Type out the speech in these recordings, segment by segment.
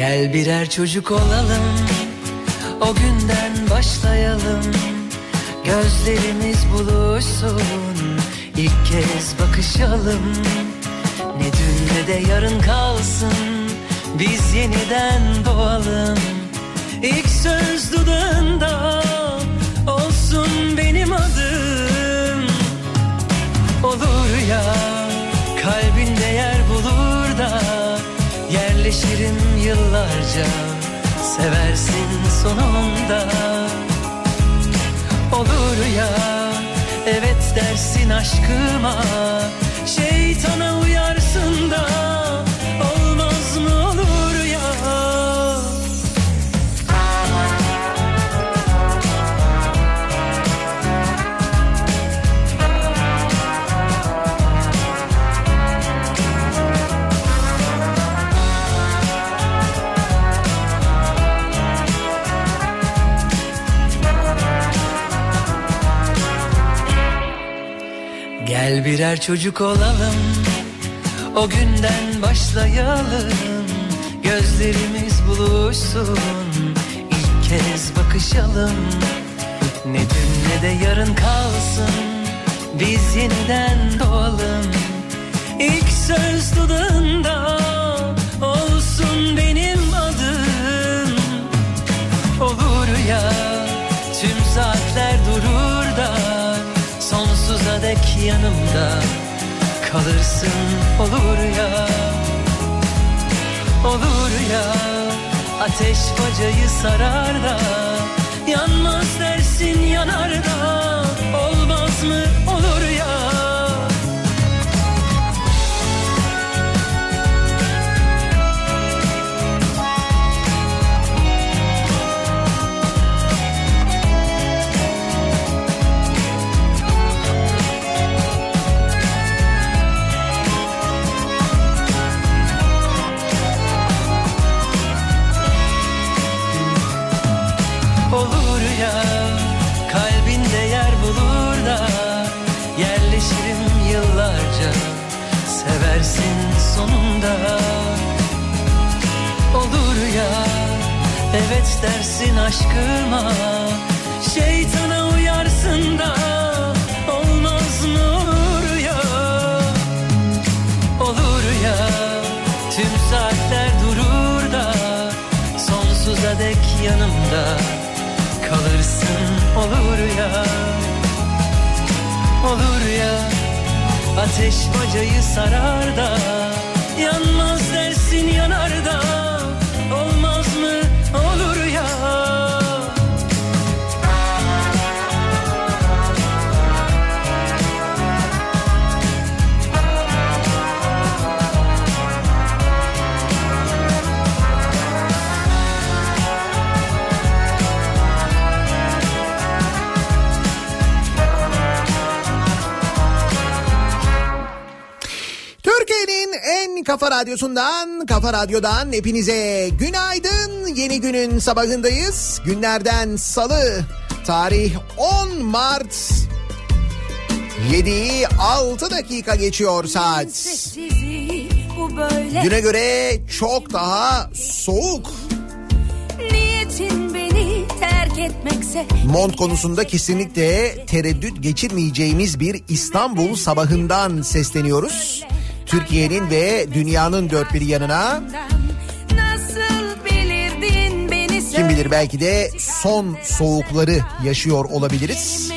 Gel birer çocuk olalım, o günden başlayalım. Gözlerimiz buluşsun, ilk kez bakışalım. Ne dün ne de yarın kalsın, biz yeniden doğalım. İlk söz dudağında olsun benim adım. Olur ya kalbinde yer bulur da yerleşirim yıllarca, seversin sonunda. Olur ya evet dersin aşkıma, şeytana uyarsın da olmaz mı olur ya. Gel birer çocuk olalım, o günden başlayalım. Gözlerimiz buluşsun, ilk kez bakışalım. Ne dün ne de yarın kalsın, biz yeniden doğalım. İlk söz dudağında olsun benim adım. Olur ya tüm saatler durur da sonsuza dek yanımda kalırsın. Olur ya, olur ya ateş bacayı sarar da yanmaz dersin yanar da olmaz mı olur ya. Olur ya kalbinde yer bulur da yerleşirim yıllarca, seversin sonunda. Olur ya evet dersin aşkıma, şeytana uyarsın da olmaz mı olur ya. Olur ya tüm saatler durur da sonsuza dek yanımda kalırsın. Olur ya, olur ya ateş bacayı sarar da yanmaz dersin yanar da olmaz mı olur ya. Kafa Radyosu'ndan, Kafa Radyo'dan hepinize günaydın. Yeni günün sabahındayız. Günlerden Salı, tarih 10 Mart. 7'yi 6 dakika geçiyor saat. Güne göre çok daha soğuk. Mont konusunda kesinlikle tereddüt geçirmeyeceğimiz bir İstanbul sabahından sesleniyoruz. Türkiye'nin ve dünyanın dört bir yanına. Kim bilir belki de son soğukları yaşıyor olabiliriz.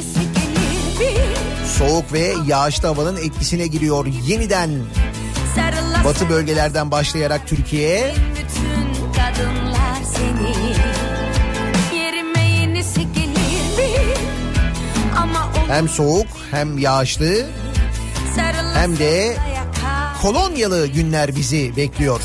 Soğuk ve yağışlı havanın etkisine giriyor yeniden batı bölgelerden başlayarak Türkiye. Hem soğuk hem yağışlı hem de kolonyalı günler bizi bekliyor.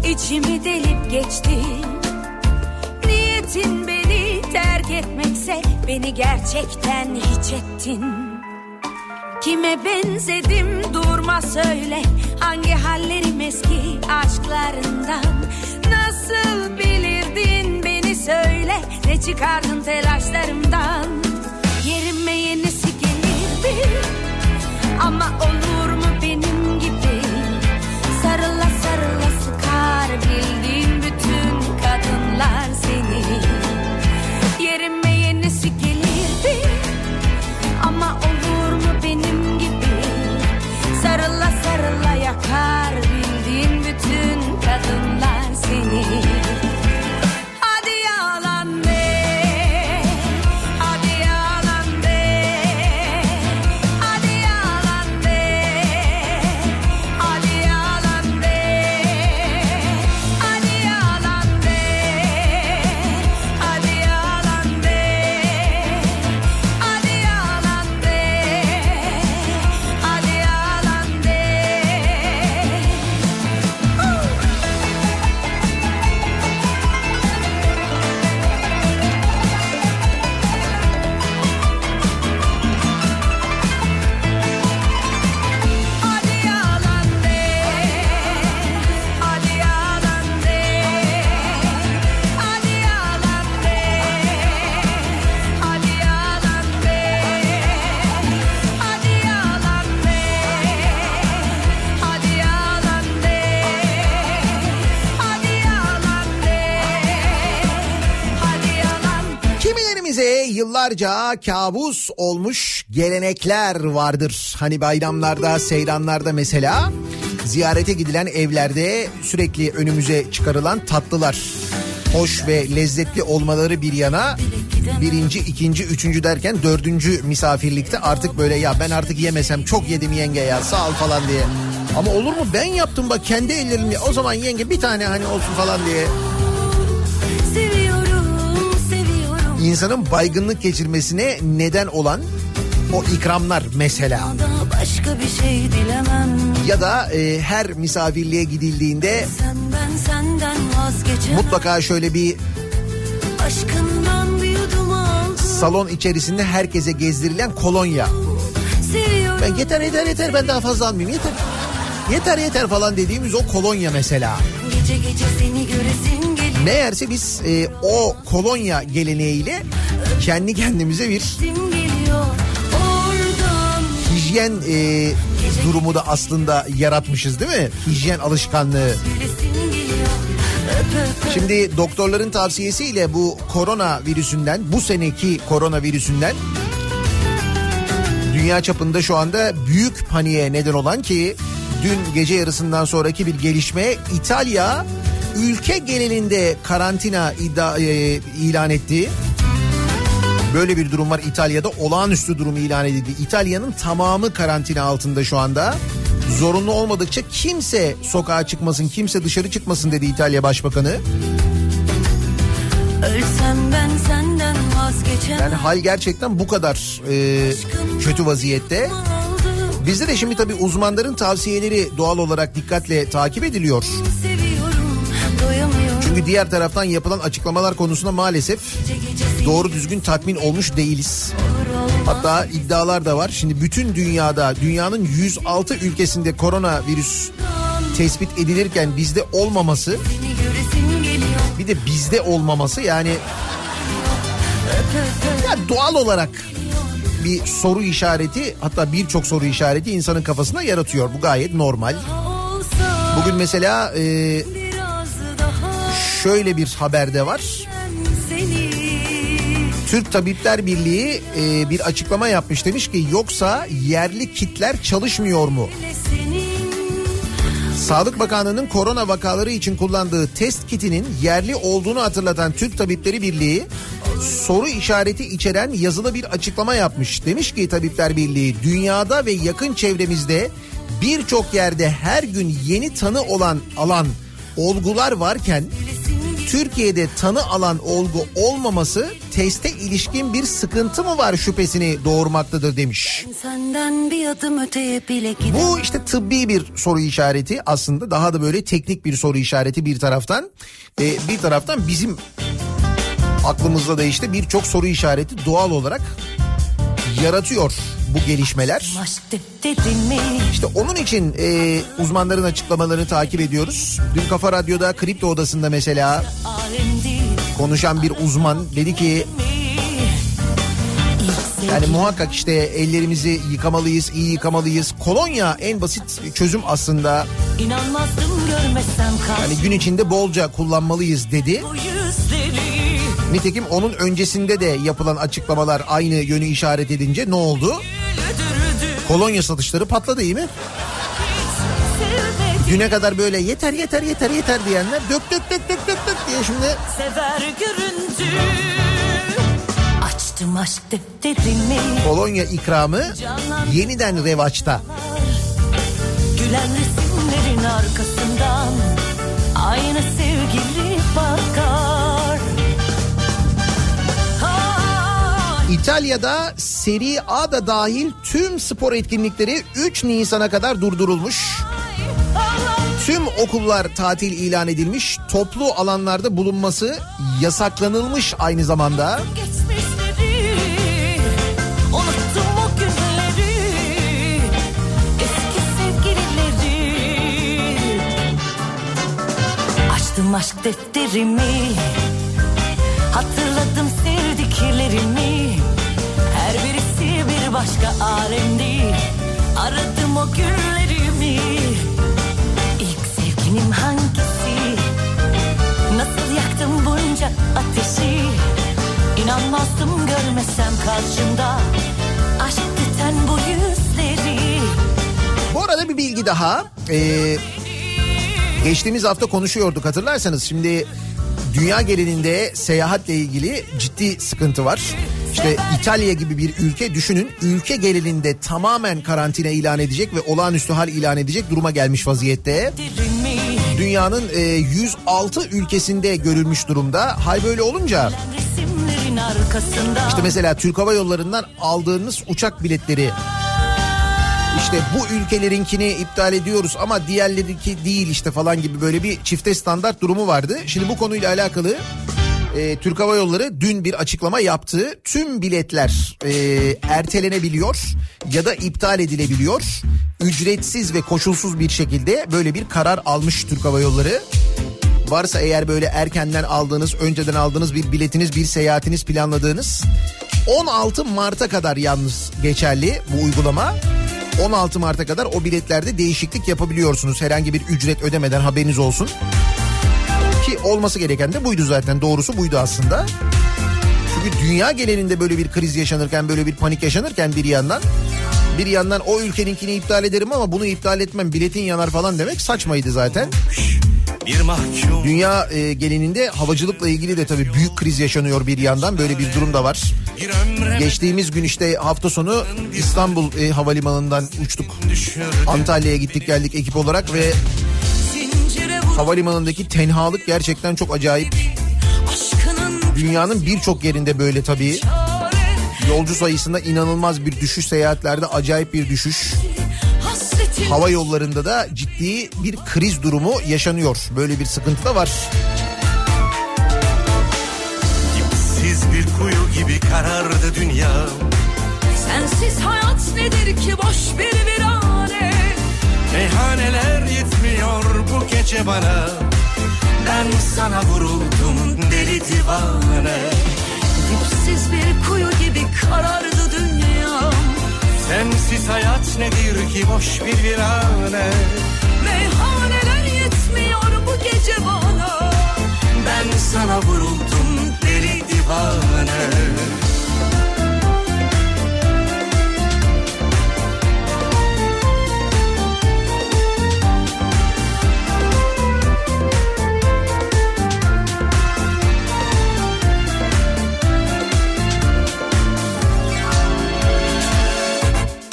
içimi delip geçti. Niyetin beni terk etmekse beni gerçekten hiç ettin. Kime benzedim durma söyle, hangi hallerim eski aşklarından. Nasıl bilirdin beni söyle, ne çıkardın telaşlarımdan. Yerime yenisi gelirdi ama olur mu benim gibi? Sarıla sarıla sıkar bildiğin bütün kadınlar seni. Yerime yenisi gelirdi ama olur mu benim gibi? Sarıla sarıla yakar bildiğin bütün kadınlar seni. Hadi yalan de, hadi yalan de, hadi yalan de, hadi yalan de, hadi yalan de, hadi yalan de, hadi yalan de, hadi yalan de. Hadi yalan de, hadi yalan de, hadi yalan de, hadi yalan de, hadi yalan de, hadi yalan de, hadi yalan de, hadi yalan. Kimilerimize yıllarca kabus olmuş gelenekler vardır. Hani bayramlarda, seyranlarda mesela ziyarete gidilen evlerde sürekli önümüze çıkarılan tatlılar. Hoş ve lezzetli olmaları bir yana, birinci, ikinci, üçüncü derken dördüncü misafirlikte artık böyle ya ben artık yemesem çok yedim yenge ya sağ ol falan diye. Ama olur mu ben yaptım bak kendi ellerimle, o zaman yenge bir tane hani olsun falan diye. Seviyorum, seviyorum. İnsanın baygınlık geçirmesine neden olan o ikramlar mesela. Daha başka bir şey dilemem. Ya da her misafirliğe gidildiğinde Senden vazgeçemem. mutlaka şöyle bir Aşkından bir yudum aldım. salon içerisinde herkese gezdirilen kolonya. Seviyorum. Ben yeter ben daha fazla almayayım yeter falan dediğimiz o kolonya mesela. Gece gece seni göresim geliyor. Meğerse biz o kolonya geleneğiyle kendi kendimize bir Geliyor. Oradan hijyen durumu da aslında yaratmışız değil mi? Hijyen alışkanlığı. gülesim geliyor. Öp öp. Şimdi doktorların tavsiyesiyle bu koronavirüsünden, bu seneki koronavirüsünden dünya çapında şu anda büyük paniğe neden olan ki dün gece yarısından sonraki bir gelişme, İtalya ülke genelinde karantina ilan etti. Böyle bir durum var İtalya'da, olağanüstü durum ilan edildi. İtalya'nın tamamı karantina altında şu anda. Zorunlu olmadıkça kimse sokağa çıkmasın, kimse dışarı çıkmasın dedi İtalya Başbakanı. Ölsem ben senden vazgeçemem. Yani hal gerçekten bu kadar kötü vaziyette. Bizde de şimdi tabii uzmanların tavsiyeleri doğal olarak dikkatle takip ediliyor. Seviyorum, doyamıyorum. Çünkü diğer taraftan yapılan açıklamalar konusunda maalesef doğru düzgün tatmin olmuş değiliz. Hatta iddialar da var. Şimdi bütün dünyada, dünyanın 106 ülkesinde koronavirüs tespit edilirken bizde olmaması, Seni göresim geliyor. bir de bizde olmaması yani ya doğal olarak bir soru işareti, hatta birçok soru işareti insanın kafasına yaratıyor. Bu gayet normal. Olsa Bugün mesela biraz daha şöyle bir haber de var. seni. Türk Tabipler Birliği bir açıklama yapmış, demiş ki yoksa yerli kitler çalışmıyor mu? Sağlık Bakanlığı'nın korona vakaları için kullandığı test kitinin yerli olduğunu hatırlatan Türk Tabipleri Birliği soru işareti içeren yazılı bir açıklama yapmış. Demiş ki Tabipler Birliği, dünyada ve yakın çevremizde birçok yerde her gün yeni tanı alan olgular varken Türkiye'de tanı alan olgu olmaması teste ilişkin bir sıkıntı mı var şüphesini doğurmaktadır demiş. Senden bir adım öteye bile gidemem. Bu işte tıbbi bir soru işareti aslında, daha da böyle teknik bir soru işareti bir taraftan. Bir taraftan bizim aklımızda da işte birçok soru işareti doğal olarak yaratıyor bu gelişmeler. İşte onun için uzmanların açıklamalarını takip ediyoruz. Dün Kafa Radyo'da Kripto Odası'nda mesela konuşan bir uzman dedi ki yani muhakkak işte ellerimizi yıkamalıyız, iyi yıkamalıyız. Kolonya en basit çözüm aslında. Yani gün içinde bolca kullanmalıyız dedi. Nitekim onun öncesinde de yapılan açıklamalar aynı yönü işaret edince ne oldu? Kolonya satışları patladı, değil mi? Düne kadar böyle yeter diyenler dök diye şimdi. Sever göründü. Açtım aşk defterimi. Kolonya ikramı yeniden revaçta. Gülen resimlerin arkasından aynı sevgili bakar. İtalya'da Serie A da dahil tüm spor etkinlikleri 3 Nisan'a kadar durdurulmuş. Tüm okullar tatil ilan edilmiş. Toplu alanlarda bulunması yasaklanılmış aynı zamanda. Açtım aşk defterimi. Hatırladım sevdiklerimi. Her birisi bir başka alemdi. Aradım o günlerimi. İlk sevgilim hangisi? Nasıl yaktım bunca ateşi? İnanmazdım görmesem karşımda aşk tüten bu yüzleri. Bu arada bir bilgi daha. Geçtiğimiz hafta konuşuyorduk, hatırlarsanız. Şimdi dünya genelinde seyahatle ilgili ciddi sıkıntı var. İşte İtalya gibi bir ülke düşünün, ülke genelinde tamamen karantina ilan edecek ve olağanüstü hal ilan edecek duruma gelmiş vaziyette. Dünyanın 106 ülkesinde görülmüş durumda. Hal böyle olunca işte mesela Türk Hava Yolları'ndan aldığınız uçak biletleri, İşte bu ülkelerinkini iptal ediyoruz ama diğerlerinki değil işte falan gibi böyle bir çifte standart durumu vardı. Şimdi bu konuyla alakalı Türk Hava Yolları dün bir açıklama yaptı. Tüm biletler ertelenebiliyor ya da iptal edilebiliyor. Ücretsiz ve koşulsuz bir şekilde böyle bir karar almış Türk Hava Yolları. Varsa eğer böyle erkenden aldığınız, önceden aldığınız bir biletiniz, bir seyahatiniz planladığınız, 16 Mart'a kadar yalnız geçerli bu uygulama. 16 Mart'a kadar o biletlerde değişiklik yapabiliyorsunuz herhangi bir ücret ödemeden, haberiniz olsun. Ki olması gereken de buydu zaten, doğrusu buydu aslında. Çünkü dünya genelinde böyle bir kriz yaşanırken, böyle bir panik yaşanırken bir yandan o ülkeninkini iptal ederim ama bunu iptal etmem, biletin yanar falan demek saçmaydı zaten. Dünya genelinde havacılıkla ilgili de tabii büyük kriz yaşanıyor bir yandan, böyle bir durum da var. Geçtiğimiz gün işte hafta sonu İstanbul Havalimanı'ndan uçtuk. Antalya'ya gittik geldik ekip olarak ve havalimanındaki tenhalık gerçekten çok acayip. Dünyanın birçok yerinde böyle tabii. Yolcu sayısında inanılmaz bir düşüş, seyahatlerde acayip bir düşüş. Hava yollarında da ciddi bir kriz durumu yaşanıyor. Böyle bir sıkıntı da var. Dipsiz bir kuyu gibi karardı dünya. Sensiz hayat nedir ki, boş bir virane. Meyhaneler yetmiyor bu gece bana. Ben sana vuruldum deli divane. Dipsiz bir kuyu gibi karardı dünya. Sensiz hayat nedir ki, boş bir virane. Meyhaneler yetmiyor bu gece bana. Ben sana vuruldum deli divane.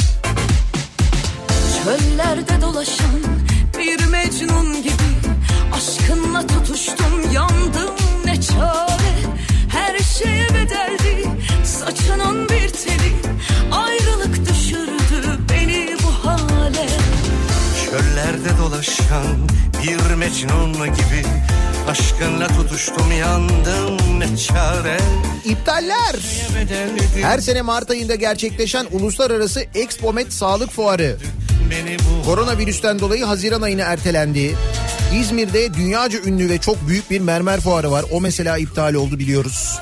Çöllerde dolaşan bir mecnun gibi Aşkınla tutuştum, yandım ne çare. Her şeye bedeldi saçının bir teli. Ayrılık düşürdü beni bu hale. Çöllerde dolaşan bir Mecnun gibi aşkınla tutuştum, yandım ne çare. İptaller. Her sene Mart ayında gerçekleşen Uluslararası Expomed Sağlık Fuarı koronavirüsten dolayı Haziran ayına ertelendi. İzmir'de dünyaca ünlü ve çok büyük bir mermer fuarı var. O mesela iptal oldu, biliyoruz.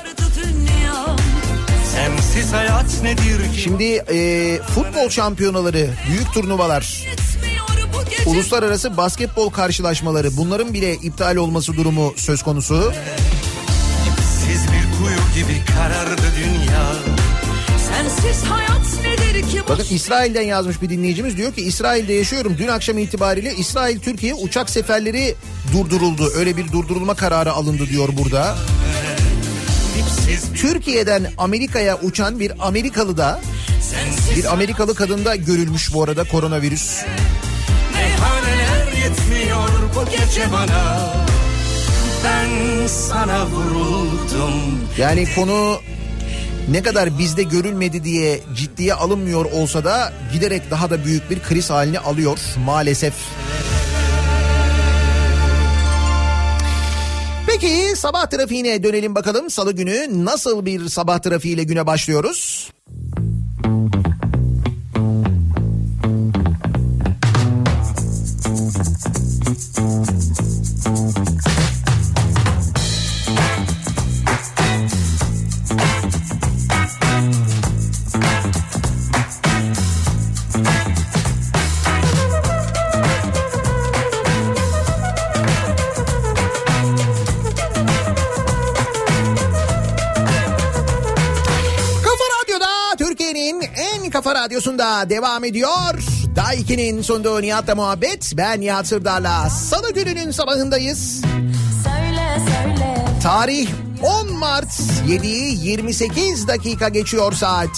Sensiz hayat nedir ki? Şimdi futbol şampiyonaları, büyük turnuvalar, uluslararası basketbol karşılaşmaları, bunların bile iptal olması durumu söz konusu. Siz bir kuyu gibi karardı dünya. Sensiz hayat nedir ki? Bakın İsrail'den yazmış bir dinleyicimiz, diyor ki İsrail'de yaşıyorum. Dün akşam itibariyle İsrail-Türkiye uçak seferleri durduruldu. Öyle bir durdurulma kararı alındı diyor burada. Türkiye'den Amerika'ya uçan bir Amerikalı'da, bir Amerikalı kadında görülmüş bu arada koronavirüs. Meyhaneler yetmiyor bu gece bana. Ben sana vuruldum. Yani konu ne kadar bizde görülmedi diye ciddiye alınmıyor olsa da giderek daha da büyük bir kriz halini alıyor maalesef. Peki sabah trafiğine dönelim bakalım. Salı günü nasıl bir sabah trafiğiyle güne başlıyoruz? Kafa Radyosu'nda devam ediyor. Daiki'nin sunduğu Nihat'la muhabbet. Ben Nihat Sırdar'la Salı gününün sabahındayız. Söyle söyle. Tarih 10 Mart, 7'yi 28 dakika geçiyor saat.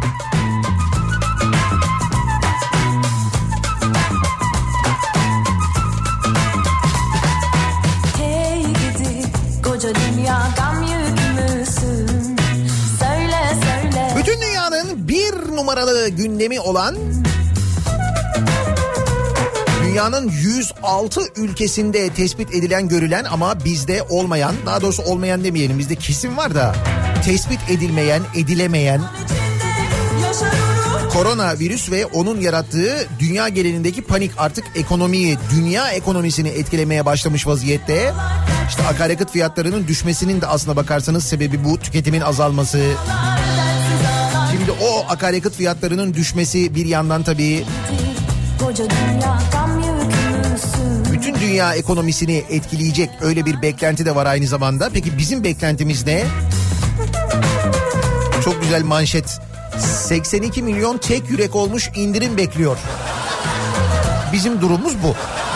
Hey gidi koca dünya gam yükümüzsün. Söyle söyle. Bütün dünyanın bir numaralı gündemi olan, dünyanın 106 ülkesinde tespit edilen, görülen ama bizde olmayan, daha doğrusu olmayan demeyelim, bizde kesin var da tespit edilmeyen, edilemeyen koronavirüs ve onun yarattığı dünya genelindeki panik artık ekonomiyi, dünya ekonomisini etkilemeye başlamış vaziyette. İşte akaryakıt fiyatlarının düşmesinin de aslına bakarsanız sebebi bu, tüketimin azalması. Şimdi o akaryakıt fiyatlarının düşmesi bir yandan tabii bütün dünya ekonomisini etkileyecek, öyle bir beklenti de var aynı zamanda. Peki bizim beklentimiz ne? Çok güzel manşet. 82 milyon tek yürek olmuş, indirim bekliyor. Bizim durumumuz bu.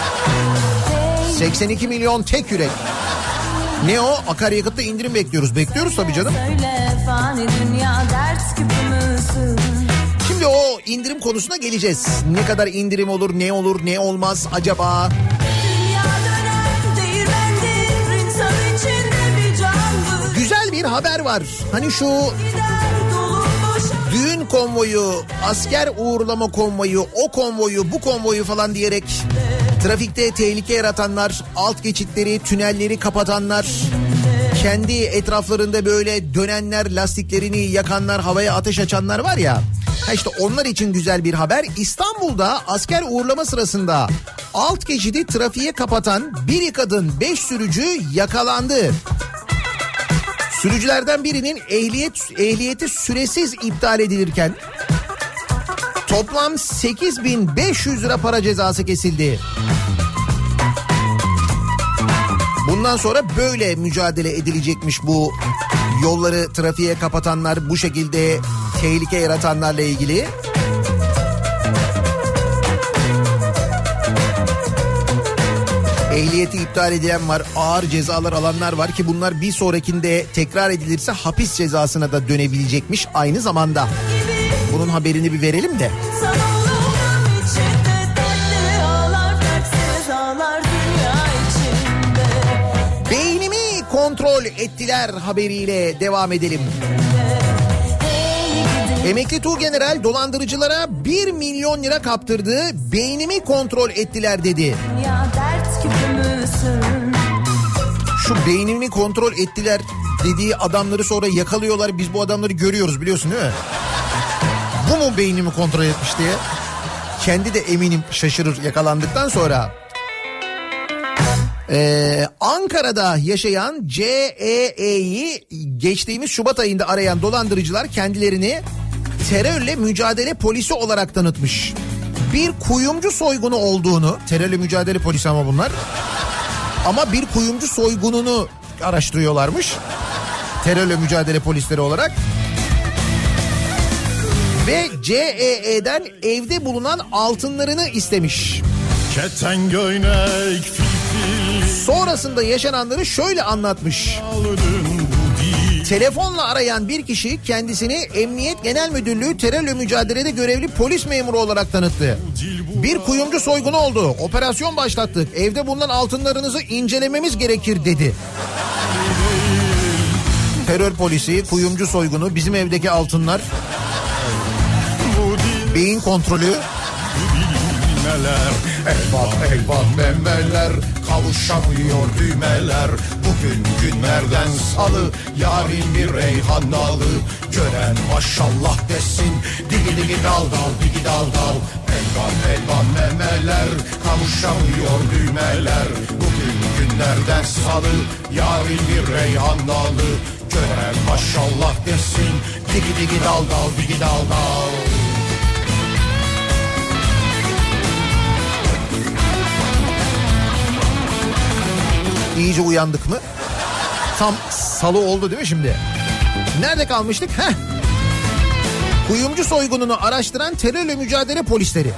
82 milyon tek yürek. Ne o? Akaryakıtta indirim bekliyoruz. Bekliyoruz tabii canım. Şimdi o indirim konusuna geleceğiz. Ne kadar indirim olur, ne olur, ne olmaz acaba? Güzel bir haber var. Hani şu düğün konvoyu, asker uğurlama konvoyu, o konvoyu, bu konvoyu falan diyerek trafikte tehlike yaratanlar, alt geçitleri, tünelleri kapatanlar, kendi etraflarında böyle dönenler, lastiklerini yakanlar, havaya ateş açanlar var ya. İşte onlar için güzel bir haber. İstanbul'da asker uğurlama sırasında alt geçidi trafiğe kapatan bir kadın, 5 sürücü yakalandı. Sürücülerden birinin ehliyeti süresiz iptal edilirken toplam 8.500 lira para cezası kesildi. Bundan sonra böyle mücadele edilecekmiş bu yolları trafiğe kapatanlar, bu şekilde tehlike yaratanlarla ilgili. Ehliyeti iptal edilen var, ağır cezalar alanlar var ki bunlar bir sonrakinde tekrar edilirse hapis cezasına da dönebilecekmiş aynı zamanda. Bunun haberini bir verelim de. kontrol ettiler haberiyle devam edelim. Emekli Tuğgeneral dolandırıcılara 1 milyon lira kaptırdı, beynimi kontrol ettiler dedi. Şu beynimi kontrol ettiler dediği adamları sonra yakalıyorlar, biz bu adamları görüyoruz biliyorsun değil mi? Bu mu beynimi kontrol etmiş diye. Kendi de eminim şaşırır yakalandıktan sonra. Ankara'da yaşayan CEE'yi geçtiğimiz Şubat ayında arayan dolandırıcılar kendilerini terörle mücadele polisi olarak tanıtmış. Bir kuyumcu soygunu olduğunu, terörle mücadele polisi ama bunlar, ama bir kuyumcu soygununu araştırıyorlarmış terörle mücadele polisleri olarak. Ve CEE'den evde bulunan altınlarını istemiş. Keten göynek filfil. Sonrasında yaşananları şöyle anlatmış. Telefonla arayan bir kişi kendisini Emniyet Genel Müdürlüğü terörle mücadelede görevli polis memuru olarak tanıttı. Bir kuyumcu soygunu oldu. Operasyon başlattık. Evde bulunan altınlarınızı incelememiz gerekir dedi. Terör polisi, kuyumcu soygunu, bizim evdeki altınlar, beyin kontrolü. Eyvah eyvah memeler, kavuşamıyor düğmeler. Bugün günlerden salı, yarın bir reyhan dalı. Gören maşallah desin, digi digi dal dal, digi dal dal. Eyvah eyvah memeler, kavuşamıyor düğmeler. Bugün günlerden salı, yarın bir reyhan dalı. Gören maşallah desin, digi digi dal dal, digi dal dal. İyice uyandık mı? Tam salı oldu değil mi şimdi? Nerede kalmıştık? Heh. Kuyumcu soygununu araştıran terörle mücadele polisleri.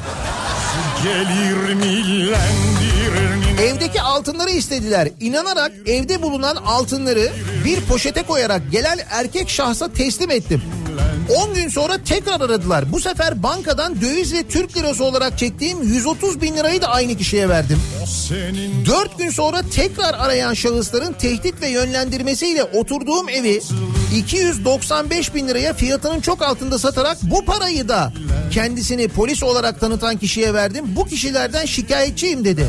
Evdeki altınları istediler. İnanarak evde bulunan altınları bir poşete koyarak gelen erkek şahsa teslim ettim. 10 gün sonra tekrar aradılar. Bu sefer bankadan döviz ve Türk lirası olarak çektiğim 130 bin lirayı da aynı kişiye verdim. 4 gün sonra tekrar arayan şahısların tehdit ve yönlendirmesiyle oturduğum evi 295 bin liraya fiyatının çok altında satarak bu parayı da kendisini polis olarak tanıtan kişiye verdim. Bu kişilerden şikayetçiyim dedi.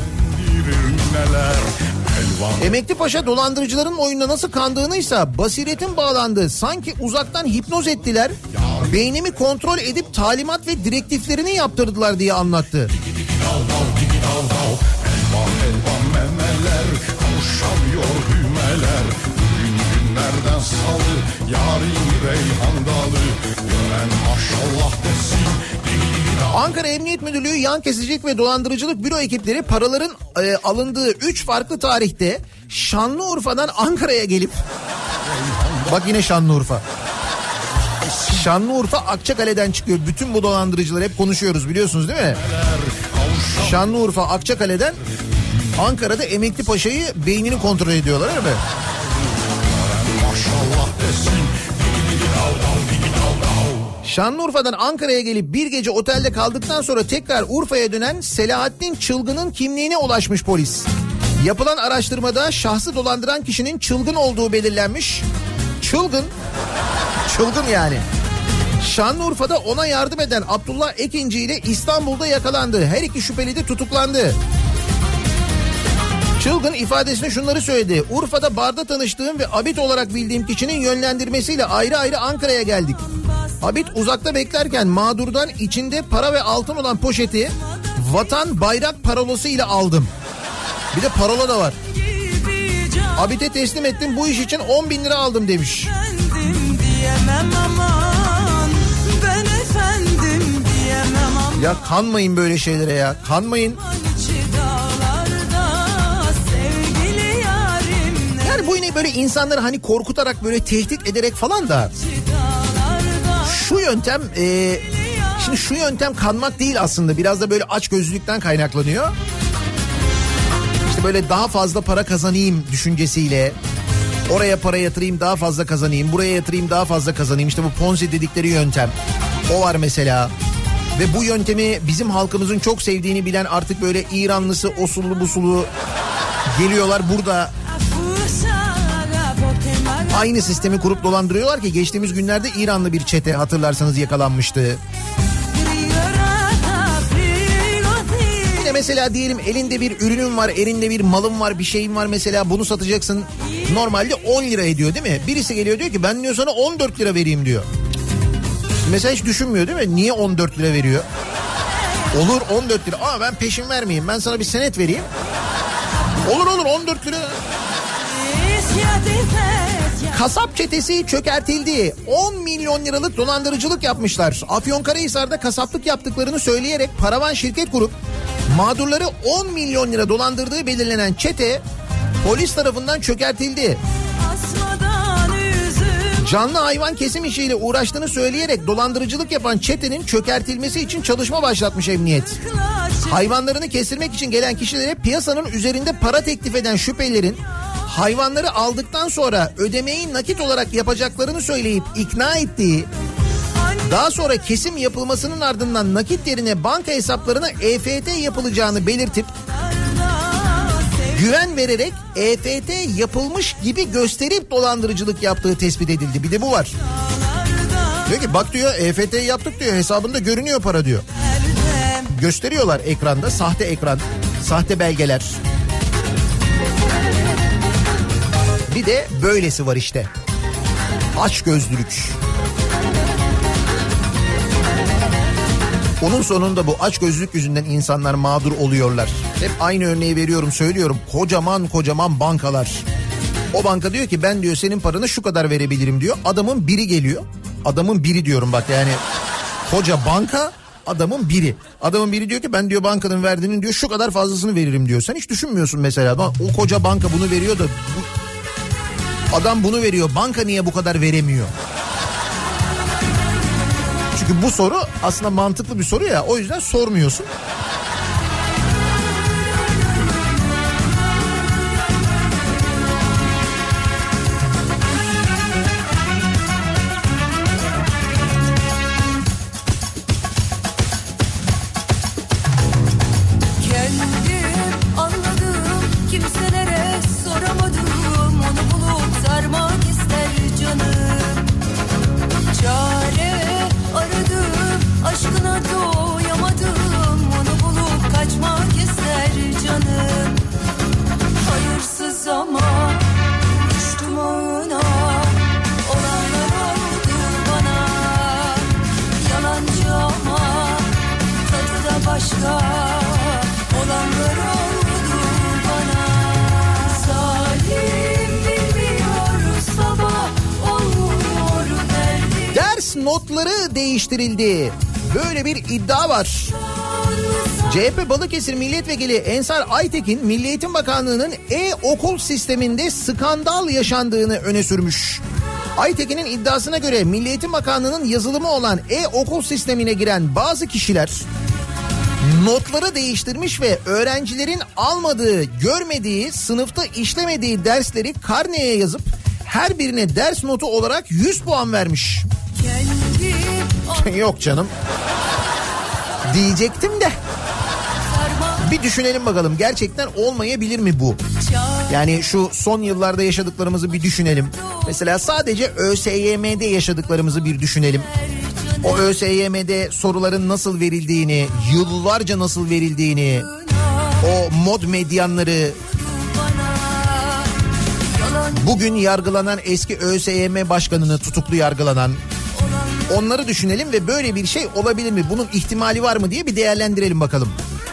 Emekli Paşa dolandırıcıların oyununa nasıl kandığınıysa basiretim bağlandı. Sanki uzaktan hipnoz ettiler. Beynimi kontrol edip talimat ve direktiflerini yaptırdılar diye anlattı. Günlerden salı, yarın reyhan dalı. Gören maşallah desin. Ankara Emniyet Müdürlüğü Yan Kesicilik ve Dolandırıcılık Büro ekipleri paraların alındığı 3 farklı tarihte Şanlıurfa'dan Ankara'ya gelip, bak yine Şanlıurfa. Şanlıurfa Akçakale'den çıkıyor. Bütün bu dolandırıcılar hep konuşuyoruz biliyorsunuz değil mi? Şanlıurfa Akçakale'den Ankara'da Emekli Paşa'yı beynini kontrol ediyorlar değil mi? Şanlıurfa'dan Ankara'ya gelip bir gece otelde kaldıktan sonra tekrar Urfa'ya dönen Selahattin Çılgın'ın kimliğine ulaşmış polis. Yapılan araştırmada şahsı dolandıran kişinin çılgın olduğu belirlenmiş. Çılgın yani. Şanlıurfa'da ona yardım eden Abdullah Ekinci ile İstanbul'da yakalandı. Her iki şüpheli de tutuklandı. Çılgın ifadesinde şunları söyledi. Urfa'da barda tanıştığım ve abit olarak bildiğim kişinin yönlendirmesiyle ayrı ayrı Ankara'ya geldik. Abit uzakta beklerken mağdurdan içinde para ve altın olan poşeti vatan bayrak parolası ile aldım. Bir de parola da var. Abit'e teslim ettim, bu iş için 10 bin lira aldım demiş. Ya kanmayın böyle şeylere ya, kanmayın. Yani bu yine böyle insanları hani korkutarak, böyle tehdit ederek falan da. Şu yöntem şimdi şu yöntem kanmak değil aslında, biraz da böyle açgözlülükten kaynaklanıyor. İşte böyle daha fazla para kazanayım düşüncesiyle, oraya para yatırayım daha fazla kazanayım, buraya yatırayım daha fazla kazanayım, işte bu Ponzi dedikleri yöntem o var mesela. Ve bu yöntemi bizim halkımızın çok sevdiğini bilen artık böyle İranlısı, osullu busulu geliyorlar burada. Aynı sistemi kurup dolandırıyorlar ki geçtiğimiz günlerde İranlı bir çete hatırlarsanız yakalanmıştı. Yine mesela diyelim elinde bir ürünün var, elinde bir malın var, bir şeyin var mesela, bunu satacaksın. Normalde 10 lira ediyor değil mi? Birisi geliyor diyor ki ben diyor sana 14 lira vereyim diyor. Mesela hiç düşünmüyor değil mi? Niye 14 lira veriyor? Olur 14 lira. Aa ben peşin vermeyeyim. Ben sana bir senet vereyim. Olur 14 lira. Kasap çetesi çökertildi. 10 milyon liralık dolandırıcılık yapmışlar. Afyonkarahisar'da kasaplık yaptıklarını söyleyerek paravan şirket kurup mağdurları 10 milyon lira dolandırdığı belirlenen çete polis tarafından çökertildi. Canlı hayvan kesim işiyle uğraştığını söyleyerek dolandırıcılık yapan çetenin çökertilmesi için çalışma başlatmış emniyet. Hayvanlarını kestirmek için gelen kişilere piyasanın üzerinde para teklif eden şüphelilerin hayvanları aldıktan sonra ödemeyi nakit olarak yapacaklarını söyleyip ikna ettiği, daha sonra kesim yapılmasının ardından nakit yerine banka hesaplarına EFT yapılacağını belirtip güven vererek EFT yapılmış gibi gösterip dolandırıcılık yaptığı tespit edildi. Bir de bu var. Diyor ki bak diyor EFT yaptık diyor, hesabında görünüyor para diyor. Gösteriyorlar ekranda, sahte ekran, sahte belgeler. Bir de böylesi var işte. Açgözlülük. Onun sonunda bu açgözlülük yüzünden insanlar mağdur oluyorlar. Hep aynı örneği veriyorum, söylüyorum. Kocaman bankalar. O banka diyor ki ben diyor senin paranı şu kadar verebilirim diyor. Adamın biri geliyor. Adamın biri diyorum bak yani. Koca banka, adamın biri. Adamın biri diyor ki ben diyor bankanın verdiğinin diyor şu kadar fazlasını veririm diyor. Sen hiç düşünmüyorsun mesela. O koca banka bunu veriyor da adam bunu veriyor. Banka niye bu kadar veremiyor? Çünkü bu soru aslında mantıklı bir soru ya, o yüzden sormuyorsun. Notları değiştirildi. Böyle bir iddia var. CHP Balıkesir Milletvekili Ensar Aytekin, Milli Eğitim Bakanlığı'nın e-okul sisteminde skandal yaşandığını öne sürmüş. Aytekin'in iddiasına göre Milli Eğitim Bakanlığı'nın yazılımı olan e-okul sistemine giren bazı kişiler notları değiştirmiş ve öğrencilerin almadığı, görmediği, sınıfta işlemediği dersleri karneye yazıp her birine ders notu olarak 100 puan vermiş. Yok canım. Diyecektim de. Bir düşünelim bakalım, gerçekten olmayabilir mi bu? Yani şu son yıllarda yaşadıklarımızı bir düşünelim. Mesela sadece ÖSYM'de yaşadıklarımızı bir düşünelim. O ÖSYM'de soruların nasıl verildiğini, yıllarca nasıl verildiğini, o mod medyanları, bugün yargılanan eski ÖSYM başkanını tutuklu yargılanan, onları düşünelim ve böyle bir şey olabilir mi? Bunun ihtimali var mı diye bir değerlendirelim bakalım.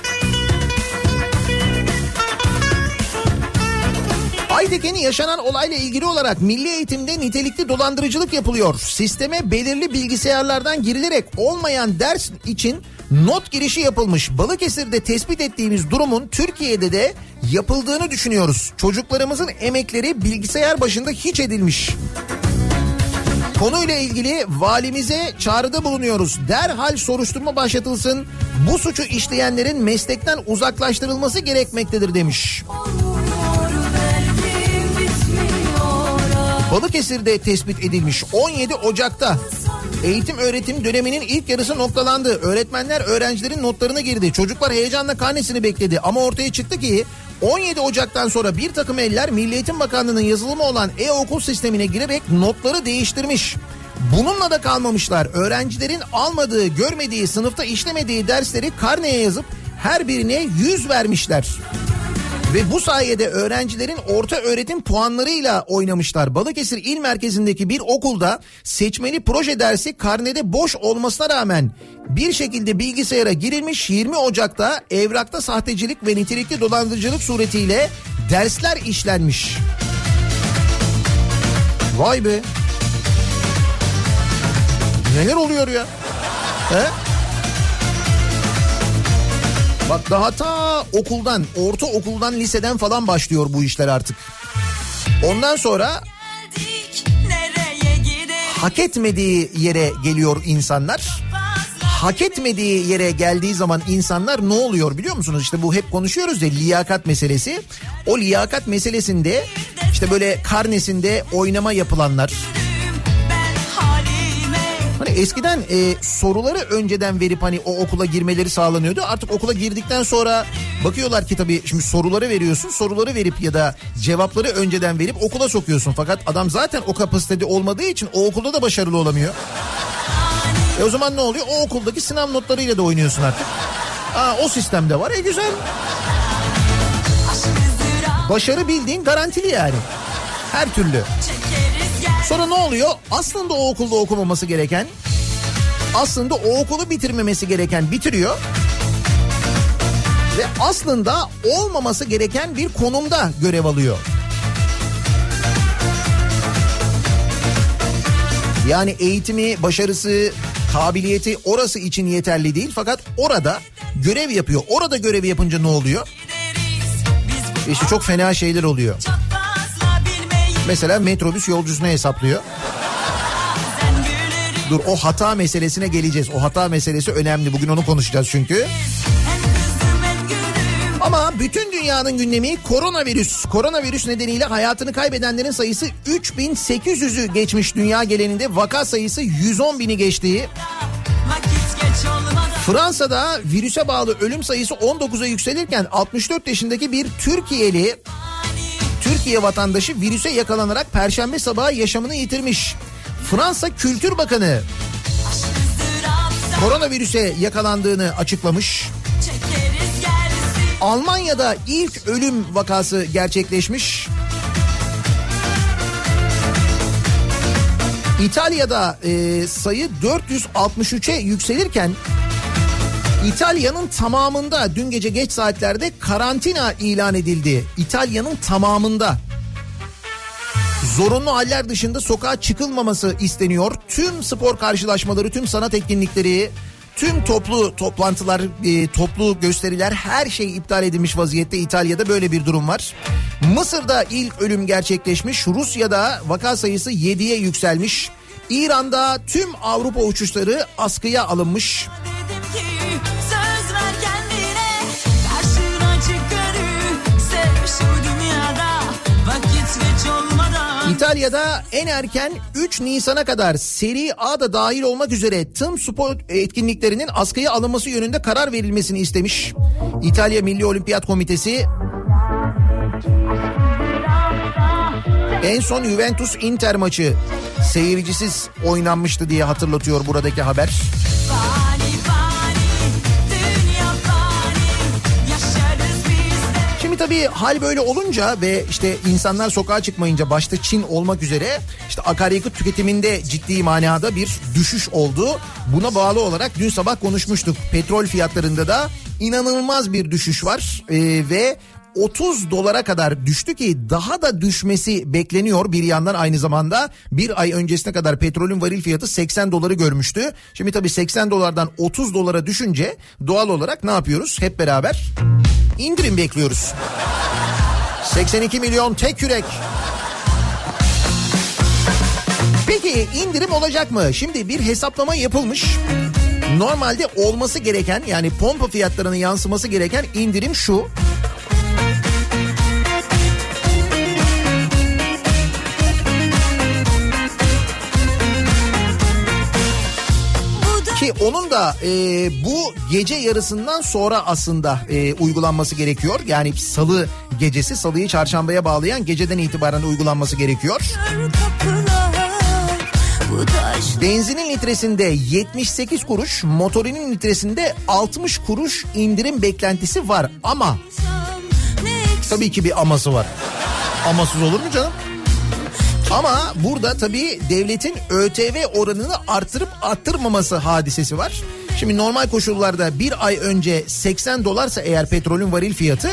Aytekin'in yaşanan olayla ilgili olarak milli eğitimde nitelikli dolandırıcılık yapılıyor. Sisteme belirli bilgisayarlardan girilerek olmayan ders için not girişi yapılmış. Balıkesir'de tespit ettiğimiz durumun Türkiye'de de yapıldığını düşünüyoruz. Çocuklarımızın emekleri bilgisayar başında hiç edilmiş. Konuyla ilgili valimize çağrıda bulunuyoruz. Derhal soruşturma başlatılsın. Bu suçu işleyenlerin meslekten uzaklaştırılması gerekmektedir demiş. Balıkesir'de tespit edilmiş 17 Ocak'ta. Eğitim öğretim döneminin ilk yarısı noktalandı. Öğretmenler öğrencilerin notlarına girdi. Çocuklar heyecanla karnesini bekledi ama ortaya çıktı ki 17 Ocak'tan sonra bir takım eller Milli Eğitim Bakanlığı'nın yazılımı olan e-okul sistemine girerek notları değiştirmiş. Bununla da kalmamışlar. Öğrencilerin almadığı, görmediği, sınıfta işlemediği dersleri karneye yazıp her birine 100 vermişler. Ve bu sayede öğrencilerin orta öğretim puanlarıyla oynamışlar. Balıkesir İl Merkezi'ndeki bir okulda seçmeli proje dersi karnede boş olmasına rağmen bir şekilde bilgisayara girilmiş. 20 Ocak'ta evrakta sahtecilik ve nitelikli dolandırıcılık suretiyle dersler işlenmiş. Vay be. Neler oluyor ya? He? Bak daha ta okuldan, ortaokuldan, liseden falan başlıyor bu işler artık. Ondan sonra hak etmediği yere geliyor insanlar. Hak etmediği yere geldiği zaman insanlar ne oluyor biliyor musunuz? İşte bu hep konuşuyoruz ya, liyakat meselesi. O liyakat meselesinde işte böyle karnesinde oynama yapılanlar. Hani eskiden soruları önceden verip hani o okula girmeleri sağlanıyordu. Artık okula girdikten sonra bakıyorlar ki tabii şimdi soruları veriyorsun. Soruları verip ya da cevapları önceden verip okula sokuyorsun. Fakat adam zaten o kapasitede olmadığı için o okulda da başarılı olamıyor. O zaman ne oluyor? O okuldaki sınav notlarıyla da oynuyorsun artık. O sistemde var. Güzel. Başarı bildiğin garantili yani. Her türlü. Sonra ne oluyor? Aslında o okulda okumaması gereken, aslında o okulu bitirmemesi gereken bitiriyor. Ve aslında olmaması gereken bir konumda görev alıyor. Yani eğitimi, başarısı, kabiliyeti orası için yeterli değil. Fakat orada görev yapıyor. Orada görevi yapınca ne oluyor? İşte çok fena şeyler oluyor. Mesela metrobüs yolcusunu hesaplıyor. Dur, o hata meselesine geleceğiz. O hata meselesi önemli. Bugün onu konuşacağız çünkü. Ama bütün dünyanın gündemi koronavirüs. Koronavirüs nedeniyle hayatını kaybedenlerin sayısı 3800'ü geçmiş dünya genelinde. Vaka sayısı 110.000'i geçtiği. Fransa'da virüse bağlı ölüm sayısı 19'a yükselirken 64 yaşındaki bir Türkiye vatandaşı virüse yakalanarak Perşembe sabahı yaşamını yitirmiş. Fransa Kültür Bakanı koronavirüse yakalandığını açıklamış. Almanya'da ilk ölüm vakası gerçekleşmiş. İtalya'da sayı 463'e yükselirken İtalya'nın tamamında dün gece geç saatlerde karantina ilan edildi. İtalya'nın tamamında. Zorunlu haller dışında sokağa çıkılmaması isteniyor. Tüm spor karşılaşmaları, tüm sanat etkinlikleri, tüm toplu toplantılar, toplu gösteriler, her şey iptal edilmiş vaziyette. İtalya'da böyle bir durum var. Mısır'da ilk ölüm gerçekleşmiş. Rusya'da vaka sayısı 7'ye yükselmiş. İran'da tüm Avrupa uçuşları askıya alınmış. İtalya'da en erken 3 Nisan'a kadar Serie A'da dahil olmak üzere tüm spor etkinliklerinin askıya alınması yönünde karar verilmesini istemiş. İtalya Milli Olimpiyat Komitesi en son Juventus Inter maçı seyircisiz oynanmıştı diye hatırlatıyor buradaki haber. Tabii hal böyle olunca ve işte insanlar sokağa çıkmayınca başta Çin olmak üzere işte akaryakıt tüketiminde ciddi manada bir düşüş oldu. Buna bağlı olarak dün sabah konuşmuştuk. Petrol fiyatlarında da inanılmaz bir düşüş var ve 30 dolara kadar düştü ki daha da düşmesi bekleniyor bir yandan. Aynı zamanda bir ay öncesine kadar petrolün varil fiyatı 80 doları görmüştü. Şimdi tabii 80 dolardan 30 dolara düşünce doğal olarak ne yapıyoruz? Hep beraber indirim bekliyoruz. 82 milyon tek yürek. Peki indirim olacak mı? Şimdi bir hesaplama yapılmış. Normalde olması gereken, yani pompa fiyatlarının yansıması gereken indirim şu. Ki onun da bu gece yarısından sonra aslında uygulanması gerekiyor. Yani salı gecesi, salıyı çarşambaya bağlayan geceden itibaren uygulanması gerekiyor. Benzinin litresinde 78 kuruş, motorinin litresinde 60 kuruş indirim beklentisi var. Ama tabii ki bir aması var. Amasız olur mu canım? Ama burada tabii devletin ÖTV oranını artırıp arttırmaması hadisesi var. Şimdi normal koşullarda bir ay önce 80 dolarsa eğer petrolün varil fiyatı,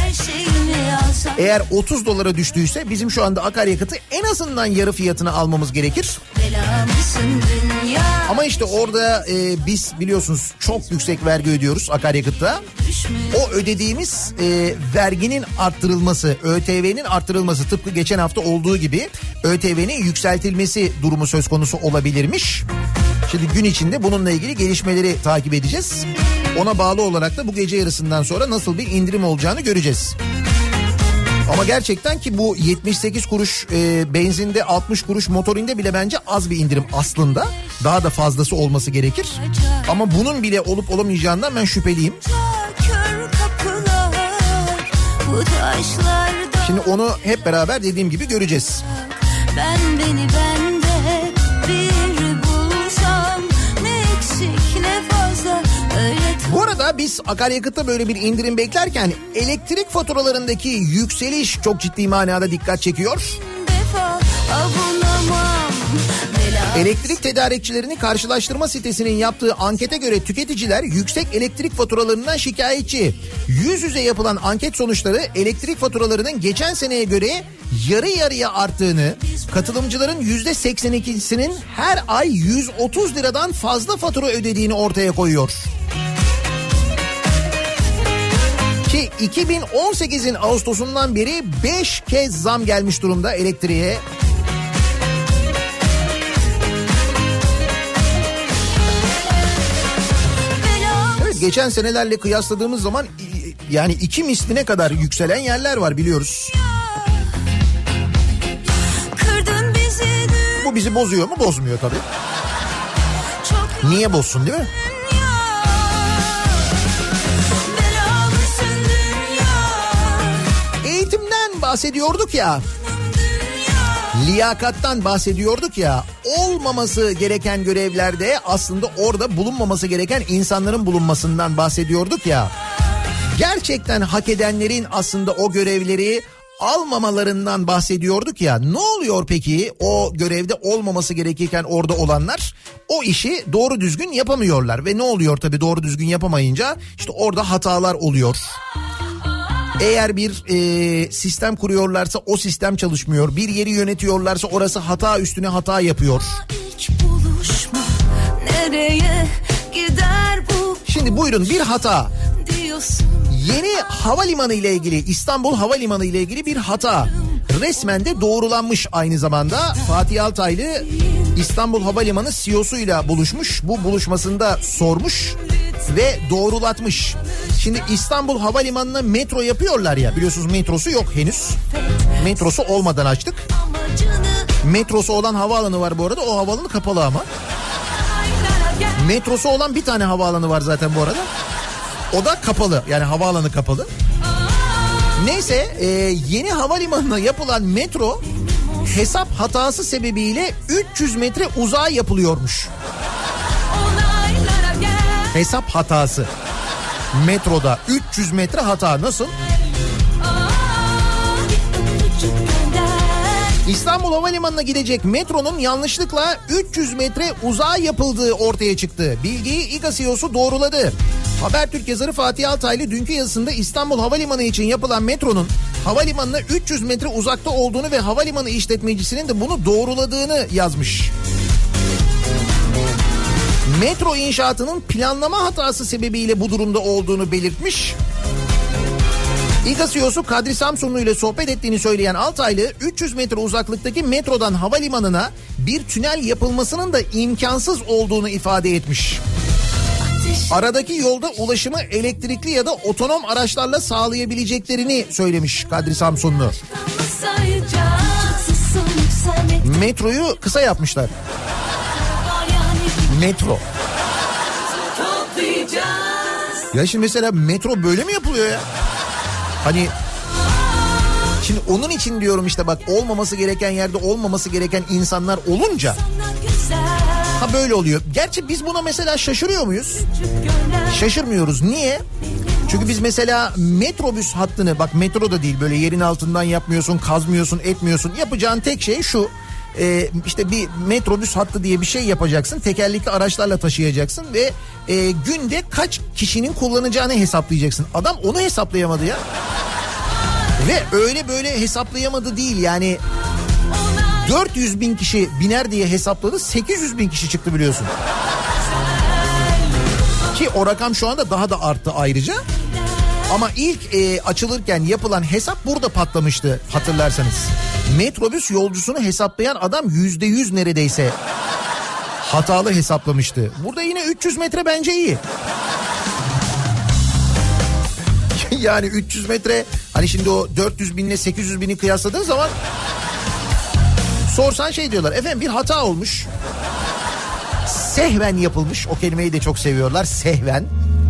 eğer 30 dolara düştüyse bizim şu anda akaryakıtı en azından yarı fiyatına almamız gerekir. Ama işte orada biz biliyorsunuz çok yüksek vergi ödüyoruz akaryakıtta. O ödediğimiz verginin arttırılması, ÖTV'nin arttırılması, tıpkı geçen hafta olduğu gibi ÖTV'nin yükseltilmesi durumu söz konusu olabilirmiş. Şimdi gün içinde bununla ilgili gelişmeleri takip edeceğiz. Ona bağlı olarak da bu gece yarısından sonra nasıl bir indirim olacağını göreceğiz. Ama gerçekten ki bu 78 kuruş benzinde, 60 kuruş motorinde bile bence az bir indirim aslında. Daha da fazlası olması gerekir. Ama bunun bile olup olamayacağından ben şüpheliyim. Şimdi onu hep beraber dediğim gibi göreceğiz. Ben beni bende bir bulsam, ne eksik ne fazla öyle. Bu arada biz akaryakıtta böyle bir indirim beklerken elektrik faturalarındaki yükseliş çok ciddi manada dikkat çekiyor. Elektrik tedarikçilerini karşılaştırma sitesinin yaptığı ankete göre tüketiciler yüksek elektrik faturalarından şikayetçi. Yüz yüze yapılan anket sonuçları elektrik faturalarının geçen seneye göre yarı yarıya arttığını, katılımcıların %82'sinin her ay 130 liradan fazla fatura ödediğini ortaya koyuyor. Ki 2018'in Ağustos'undan beri 5 kez zam gelmiş durumda elektriğe. Evet, geçen senelerle kıyasladığımız zaman yani 2 misline kadar yükselen yerler var biliyoruz. Bu bizi bozuyor mu? Bozmuyor tabii. Niye bozsun, değil mi? Eğitimden bahsediyorduk ya. Liyakattan bahsediyorduk ya. Olmaması gereken görevlerde aslında orada bulunmaması gereken insanların bulunmasından bahsediyorduk ya. Gerçekten hak edenlerin aslında o görevleri almamalarından bahsediyorduk ya. Ne oluyor peki o görevde olmaması gerekirken orada olanlar? O işi doğru düzgün yapamıyorlar ve ne oluyor tabii doğru düzgün yapamayınca? İşte orada hatalar oluyor. Eğer bir sistem kuruyorlarsa o sistem çalışmıyor. Bir yeri yönetiyorlarsa orası hata üstüne hata yapıyor. Şimdi buyurun bir hata. Yeni havalimanı ile ilgili, İstanbul Havalimanı ile ilgili bir hata resmen de doğrulanmış aynı zamanda. Fatih Altaylı İstanbul Havalimanı CEO'suyla buluşmuş. Bu buluşmasında sormuş ve doğrulatmış. Şimdi İstanbul Havalimanı'na metro yapıyorlar ya, biliyorsunuz metrosu yok henüz. Metrosu olmadan açtık. Metrosu olan havaalanı var bu arada, o havaalanı kapalı ama. Metrosu olan bir tane havaalanı var zaten bu arada. O da kapalı, yani havaalanı kapalı. Neyse yeni havalimanına yapılan metro hesap hatası sebebiyle 300 metre uzağa yapılıyormuş. Hesap hatası. Metroda 300 metre hata nasıl? İstanbul Havalimanı'na gidecek metronun yanlışlıkla 300 metre uzağa yapıldığı ortaya çıktı. Bilgiyi İGA CEO'su doğruladı. Habertürk yazarı Fatih Altaylı dünkü yazısında İstanbul Havalimanı için yapılan metronun havalimanına 300 metre uzakta olduğunu ve havalimanı işletmecisinin de bunu doğruladığını yazmış. Metro inşaatının planlama hatası sebebiyle bu durumda olduğunu belirtmiş. İGA CEO'su Kadri Samsunlu ile sohbet ettiğini söyleyen Altaylı, 300 metre uzaklıktaki metrodan havalimanına bir tünel yapılmasının da imkansız olduğunu ifade etmiş. Aradaki yolda ulaşımı elektrikli ya da otonom araçlarla sağlayabileceklerini söylemiş Kadri Samsunlu. Metroyu kısa yapmışlar. Metro. Ya şimdi mesela metro böyle mi yapılıyor ya? Hani şimdi onun için diyorum işte bak, olmaması gereken yerde olmaması gereken insanlar olunca ha böyle oluyor. Gerçi biz buna mesela şaşırıyor muyuz? Şaşırmıyoruz. Niye? Çünkü biz mesela metrobüs hattını, bak metro da değil, böyle yerin altından yapmıyorsun, kazmıyorsun, etmiyorsun. Yapacağın tek şey şu: işte bir metrobüs hattı diye bir şey yapacaksın. Tekerlekli araçlarla taşıyacaksın ve günde kaç kişinin kullanacağını hesaplayacaksın. Adam onu hesaplayamadı ya. Ve öyle böyle hesaplayamadı değil yani. 400 bin kişi biner diye hesapladı, 800 bin kişi çıktı biliyorsun. Ki o rakam şu anda daha da arttı ayrıca. Ama ilk açılırken yapılan hesap burada patlamıştı hatırlarsanız. Metrobüs yolcusunu hesaplayan adam %100 neredeyse hatalı hesaplamıştı. Burada yine 300 metre bence iyi. Yani 300 metre, hani şimdi o 400 binle 800 bini kıyasladığın zaman sorsan şey diyorlar, efendim bir hata olmuş. Sehven yapılmış, o kelimeyi de çok seviyorlar, sehven.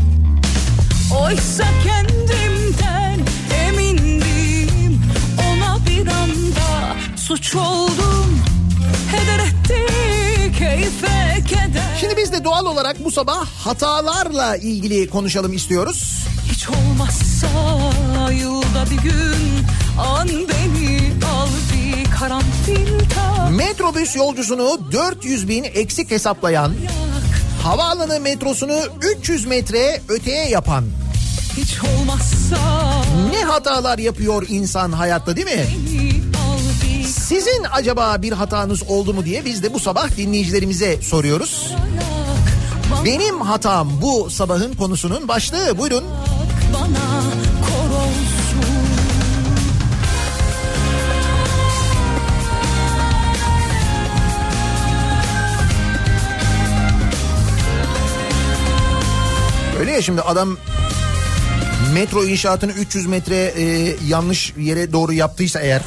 Oysa kendimden emindim, ona bir anda suç oldum, heder etti keyfe keder. Şimdi biz de doğal olarak bu sabah hatalarla ilgili konuşalım istiyoruz. Hiç olmazsa yılda bir gün an beni al bir karanfil tak. Metrobüs yolcusunu 400 bin eksik hesaplayan, havaalanı metrosunu 300 metre öteye yapan. Hiç olmazsa ne hatalar yapıyor insan hayatta, değil mi? Sizin acaba bir hatanız oldu mu diye biz de bu sabah dinleyicilerimize soruyoruz. Benim hatam bu sabahın konusunun başlığı. Buyurun. Bana kor olsun. Öyle ya, şimdi adam metro inşaatını 300 metre yanlış yere doğru yaptıysa eğer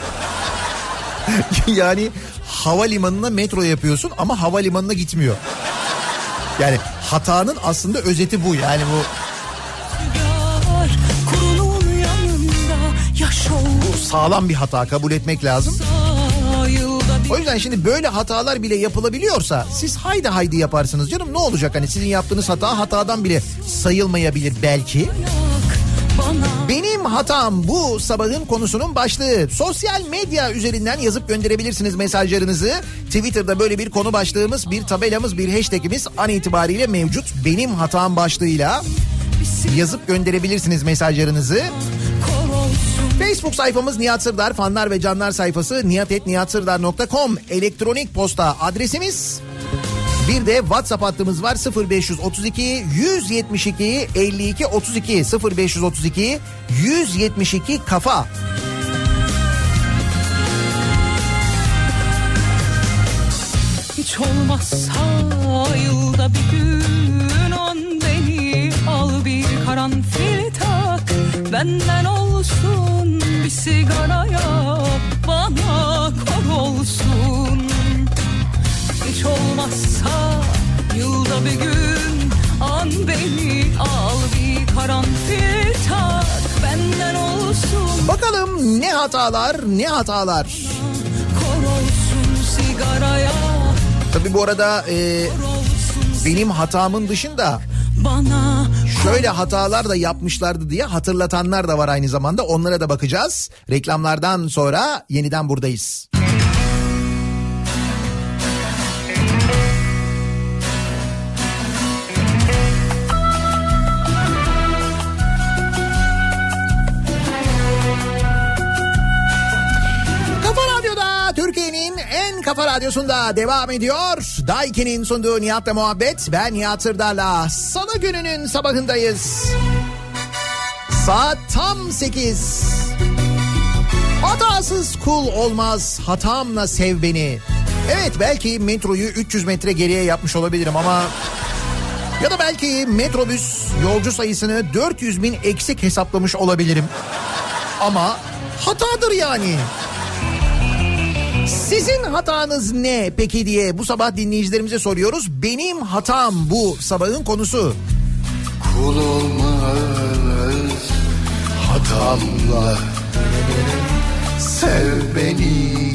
yani havalimanına metro yapıyorsun ama havalimanına gitmiyor. Yani hatanın aslında özeti bu, yani bu. Bu sağlam bir hata, kabul etmek lazım. O yüzden şimdi böyle hatalar bile yapılabiliyorsa siz haydi yaparsınız canım, ne olacak, hani sizin yaptığınız hata hatadan bile sayılmayabilir belki. Benim hatam bu sabahın konusunun başlığı. Sosyal medya üzerinden yazıp gönderebilirsiniz mesajlarınızı. Twitter'da böyle bir konu başlığımız, bir tabelamız, bir hashtagimiz an itibariyle mevcut. Benim hatam başlığıyla yazıp gönderebilirsiniz mesajlarınızı. Facebook sayfamız Nihat Sırdar, fanlar ve canlar sayfası nihat@nihatsırdar.com, elektronik posta adresimiz. Bir de WhatsApp hattımız var, 0532 172 52 32 0532 172 kafa. Hiç olmazsa yılda bir gün an beni al bir karanfil tak, benden olsun bir sigaraya bana kor olsun. Hiç olmazsa yılda bir gün an beni al bir karanfil tak, benden olsun. Bakalım ne hatalar. Kor olsun sigaraya. Tabii bu arada benim hatamın dışında bana şöyle hatalar da yapmışlardı diye hatırlatanlar da var aynı zamanda. Onlara da bakacağız. Reklamlardan sonra yeniden buradayız. Türkiye'nin en kafa radyosunda devam ediyor. Daiki'nin sunduğu Nihat'la muhabbet. Ben Nihat Sırdar'la Salı gününün sabahındayız. Saat tam 8. Hatasız kul olmaz, hatamla sev beni. Evet, belki metroyu 300 metre geriye yapmış olabilirim ama... Ya da belki metrobüs yolcu sayısını 400 bin eksik hesaplamış olabilirim. Ama hatadır yani. Sizin hatanız ne peki diye bu sabah dinleyicilerimize soruyoruz. Benim hatam bu sabahın konusu. Kul olmaz hatamla. Sev beni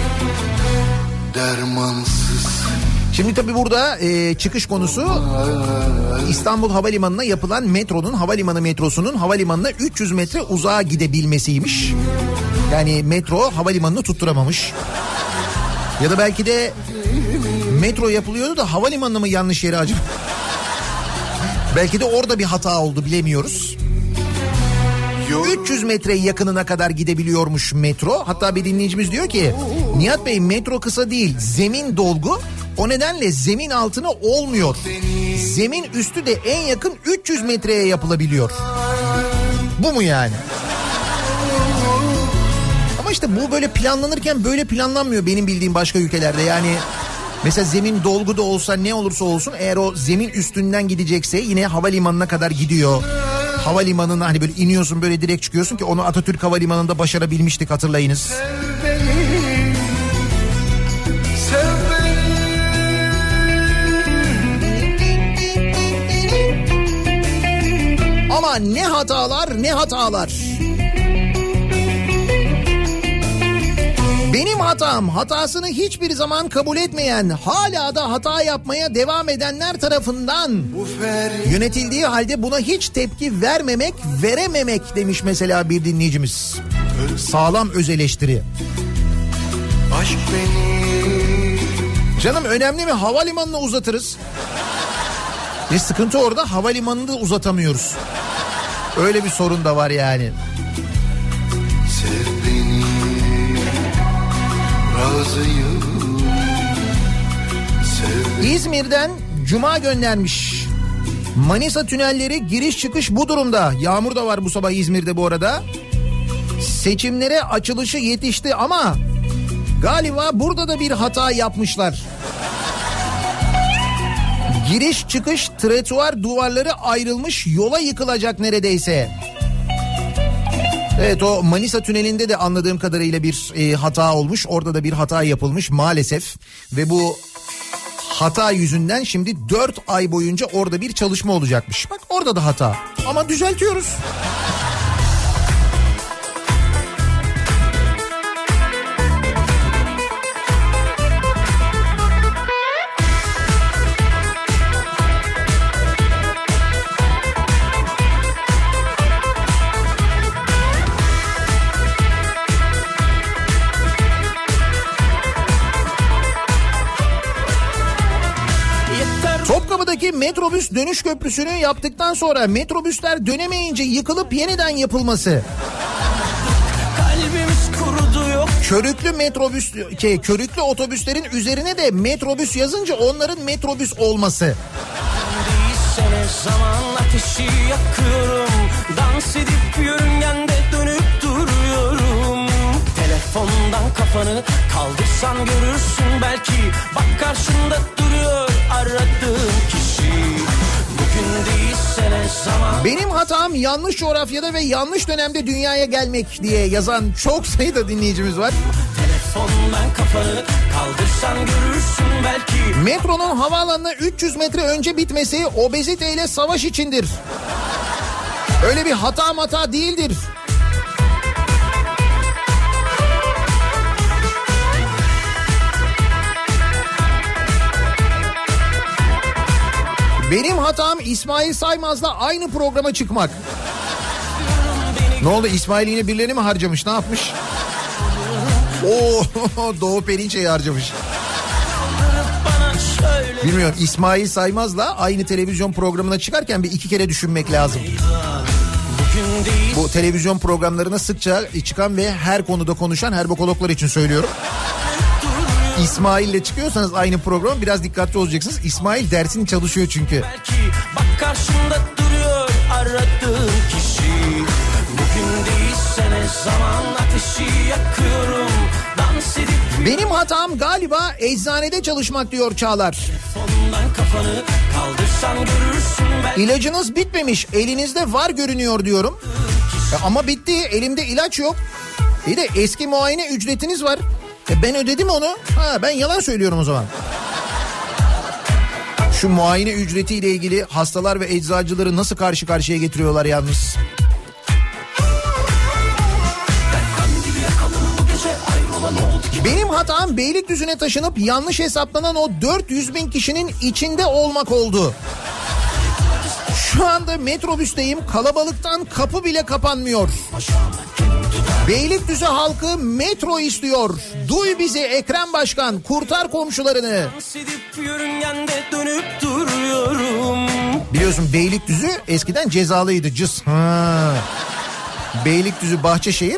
dermansız. Şimdi tabii burada çıkış konusu İstanbul Havalimanı'na yapılan metronun, havalimanı metrosunun havalimanına 300 metre uzağa gidebilmesiymiş. Yani metro havalimanını tutturamamış. Ya da belki de metro yapılıyordu da havalimanına mı yanlış yere acaba? Belki de orada bir hata oldu, bilemiyoruz. 300 metre yakınına kadar gidebiliyormuş metro. Hatta bir dinleyicimiz diyor ki Nihat Bey, metro kısa değil, zemin dolgu. O nedenle zemin altına olmuyor. Zemin üstü de en yakın 300 metreye yapılabiliyor. Bu mu yani? Ama işte bu böyle planlanırken böyle planlanmıyor benim bildiğim başka ülkelerde. Yani mesela zemin dolgu da olsa, ne olursa olsun, eğer o zemin üstünden gidecekse yine havalimanına kadar gidiyor. Havalimanına hani böyle iniyorsun, böyle direkt çıkıyorsun ki onu Atatürk Havalimanı'nda başarabilmiştik, hatırlayınız. Ama ne hatalar, ne hatalar. Benim hatam, hatasını hiçbir zaman kabul etmeyen, hala da hata yapmaya devam edenler tarafından yönetildiği halde buna hiç tepki verememek demiş mesela bir dinleyicimiz. Sağlam öz eleştiri. Aşk beni. Canım önemli mi? Havalimanını uzatırız. Sıkıntı orada, havalimanını da uzatamıyoruz. Öyle bir sorun da var yani. Sev beni, razıyım. Sev beni. İzmir'den Cuma göndermiş. Manisa tünelleri giriş çıkış bu durumda. Yağmur da var bu sabah İzmir'de bu arada. Seçimlere açılışı yetişti ama galiba burada da bir hata yapmışlar. Giriş çıkış trotuar duvarları ayrılmış, yola yıkılacak neredeyse. Evet, o Manisa tünelinde de anladığım kadarıyla bir hata olmuş. Orada da bir hata yapılmış maalesef. Ve bu hata yüzünden şimdi 4 ay boyunca orada bir çalışma olacakmış. Bak, orada da hata ama düzeltiyoruz. Topkapı'daki metrobüs dönüş köprüsünü yaptıktan sonra metrobüsler dönemeyince yıkılıp yeniden yapılması. Körüklü otobüslerin üzerine de metrobüs yazınca onların metrobüs olması. Zaman ateşi yakıyorum, dans edip yörüngende dönüp duruyorum. Telefondan kafanı kaldırsan görürsün belki, bak karşında duruyor aradığım kişi. Bugün değilse ne zaman. Benim hatam yanlış coğrafyada ve yanlış dönemde dünyaya gelmek diye yazan çok sayıda dinleyicimiz var. Telefondan kafanı kaldırsan görürsün belki. Metronun havaalanına 300 metre önce bitmesi obeziteyle savaş içindir. Öyle bir hata değildir. Benim hatam İsmail Saymaz'la aynı programa çıkmak. Ne oldu, İsmail yine birilerini mi harcamış, ne yapmış? Doğu Perinçe'yi harcamış. Bilmiyorum, İsmail Saymaz'la aynı televizyon programına çıkarken bir iki kere düşünmek lazım. Bu televizyon programlarına sıkça çıkan ve her konuda konuşan herbokologlar için söylüyorum. İsmail'le çıkıyorsanız aynı program biraz dikkatli olacaksınız. İsmail dersini çalışıyor çünkü. Bak karşında duruyor aradığım kişi. Bugün değilse ne zaman ateşi yakıyorum, dans edip. Benim hatam galiba eczanede çalışmak diyor Çağlar. Kafanı kaldırsan görürsün belki. İlacınız bitmemiş, elinizde var görünüyor diyorum. Ama bitti, elimde ilaç yok. Bir de eski muayene ücretiniz var. Ben ödedim onu. Ben yalan söylüyorum o zaman. Şu muayene ücretiyle ilgili hastalar ve eczacıları nasıl karşı karşıya getiriyorlar yalnız. Benim hatam Beylikdüzü'ne taşınıp yanlış hesaplanan o 400 bin kişinin içinde olmak oldu. Şu anda metrobüsteyim, kalabalıktan kapı bile kapanmıyor. Beylikdüzü halkı metro istiyor. Duy bizi Ekrem Başkan, kurtar komşularını. Biliyorsun Beylikdüzü eskiden cezalıydı. Cız. Beylikdüzü Bahçeşehir.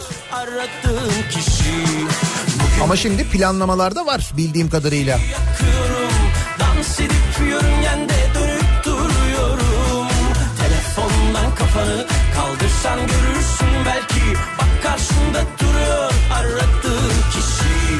Ama şimdi planlamalarda var bildiğim kadarıyla. Dans edip yörüngende dönüp duruyorum. Telefondan kafanı kaldırsan görürsün belki. Bak karşında duruyor aradığın kişi.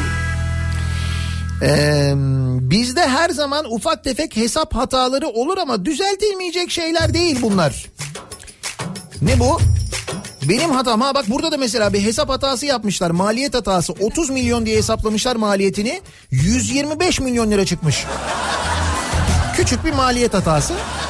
Bizde her zaman ufak tefek hesap hataları olur ama düzeltilmeyecek şeyler değil bunlar. Ne bu? Benim hatam. Ha bak burada da mesela bir hesap hatası yapmışlar. Maliyet hatası. 30 milyon diye hesaplamışlar maliyetini. 125 milyon lira çıkmış. Küçük bir maliyet hatası.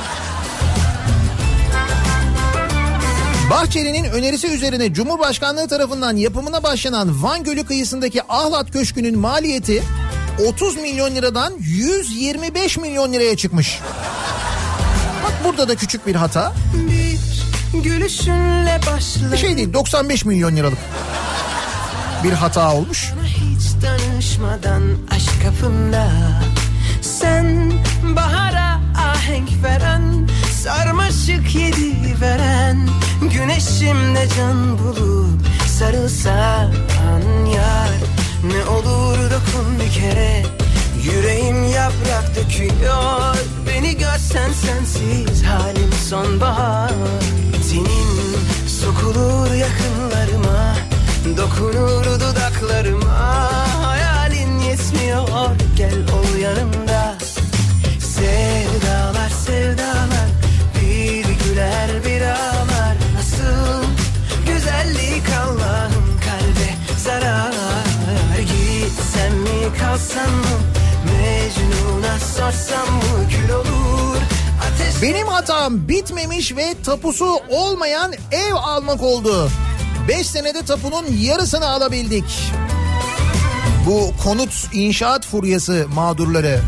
Bahçeli'nin önerisi üzerine Cumhurbaşkanlığı tarafından yapımına başlanan Van Gölü kıyısındaki Ahlat Köşkü'nün maliyeti 30 milyon liradan 125 milyon liraya çıkmış. Bak burada da küçük bir hata. Gülüşünle başla. Bir şey değil, 95 milyon liralık bir hata olmuş. Hiç danışmadan aşk kapımda sen bahara ahenk veren, sarmaşık yedi veren, güneşimle can bulup sarılsan yar, ne olur dokun bir kere, yüreğim yaprak döküyor, beni görsen sensiz halim sonbahar. Senin sokulur yakınlarıma, dokunur dudaklarıma, hayalin yetmiyor, gel ol yanımda. Sevdalar sevdalar, bir güler bir ağlar, nasıl güzellik Allah'ım kalbe zarar. Gitsem mi kalsam mı, Mecnun'a sorsam mı kül olur. Benim hatam bitmemiş ve tapusu olmayan ev almak oldu. 5 senede tapunun yarısını alabildik. Bu konut inşaat furyası mağdurları.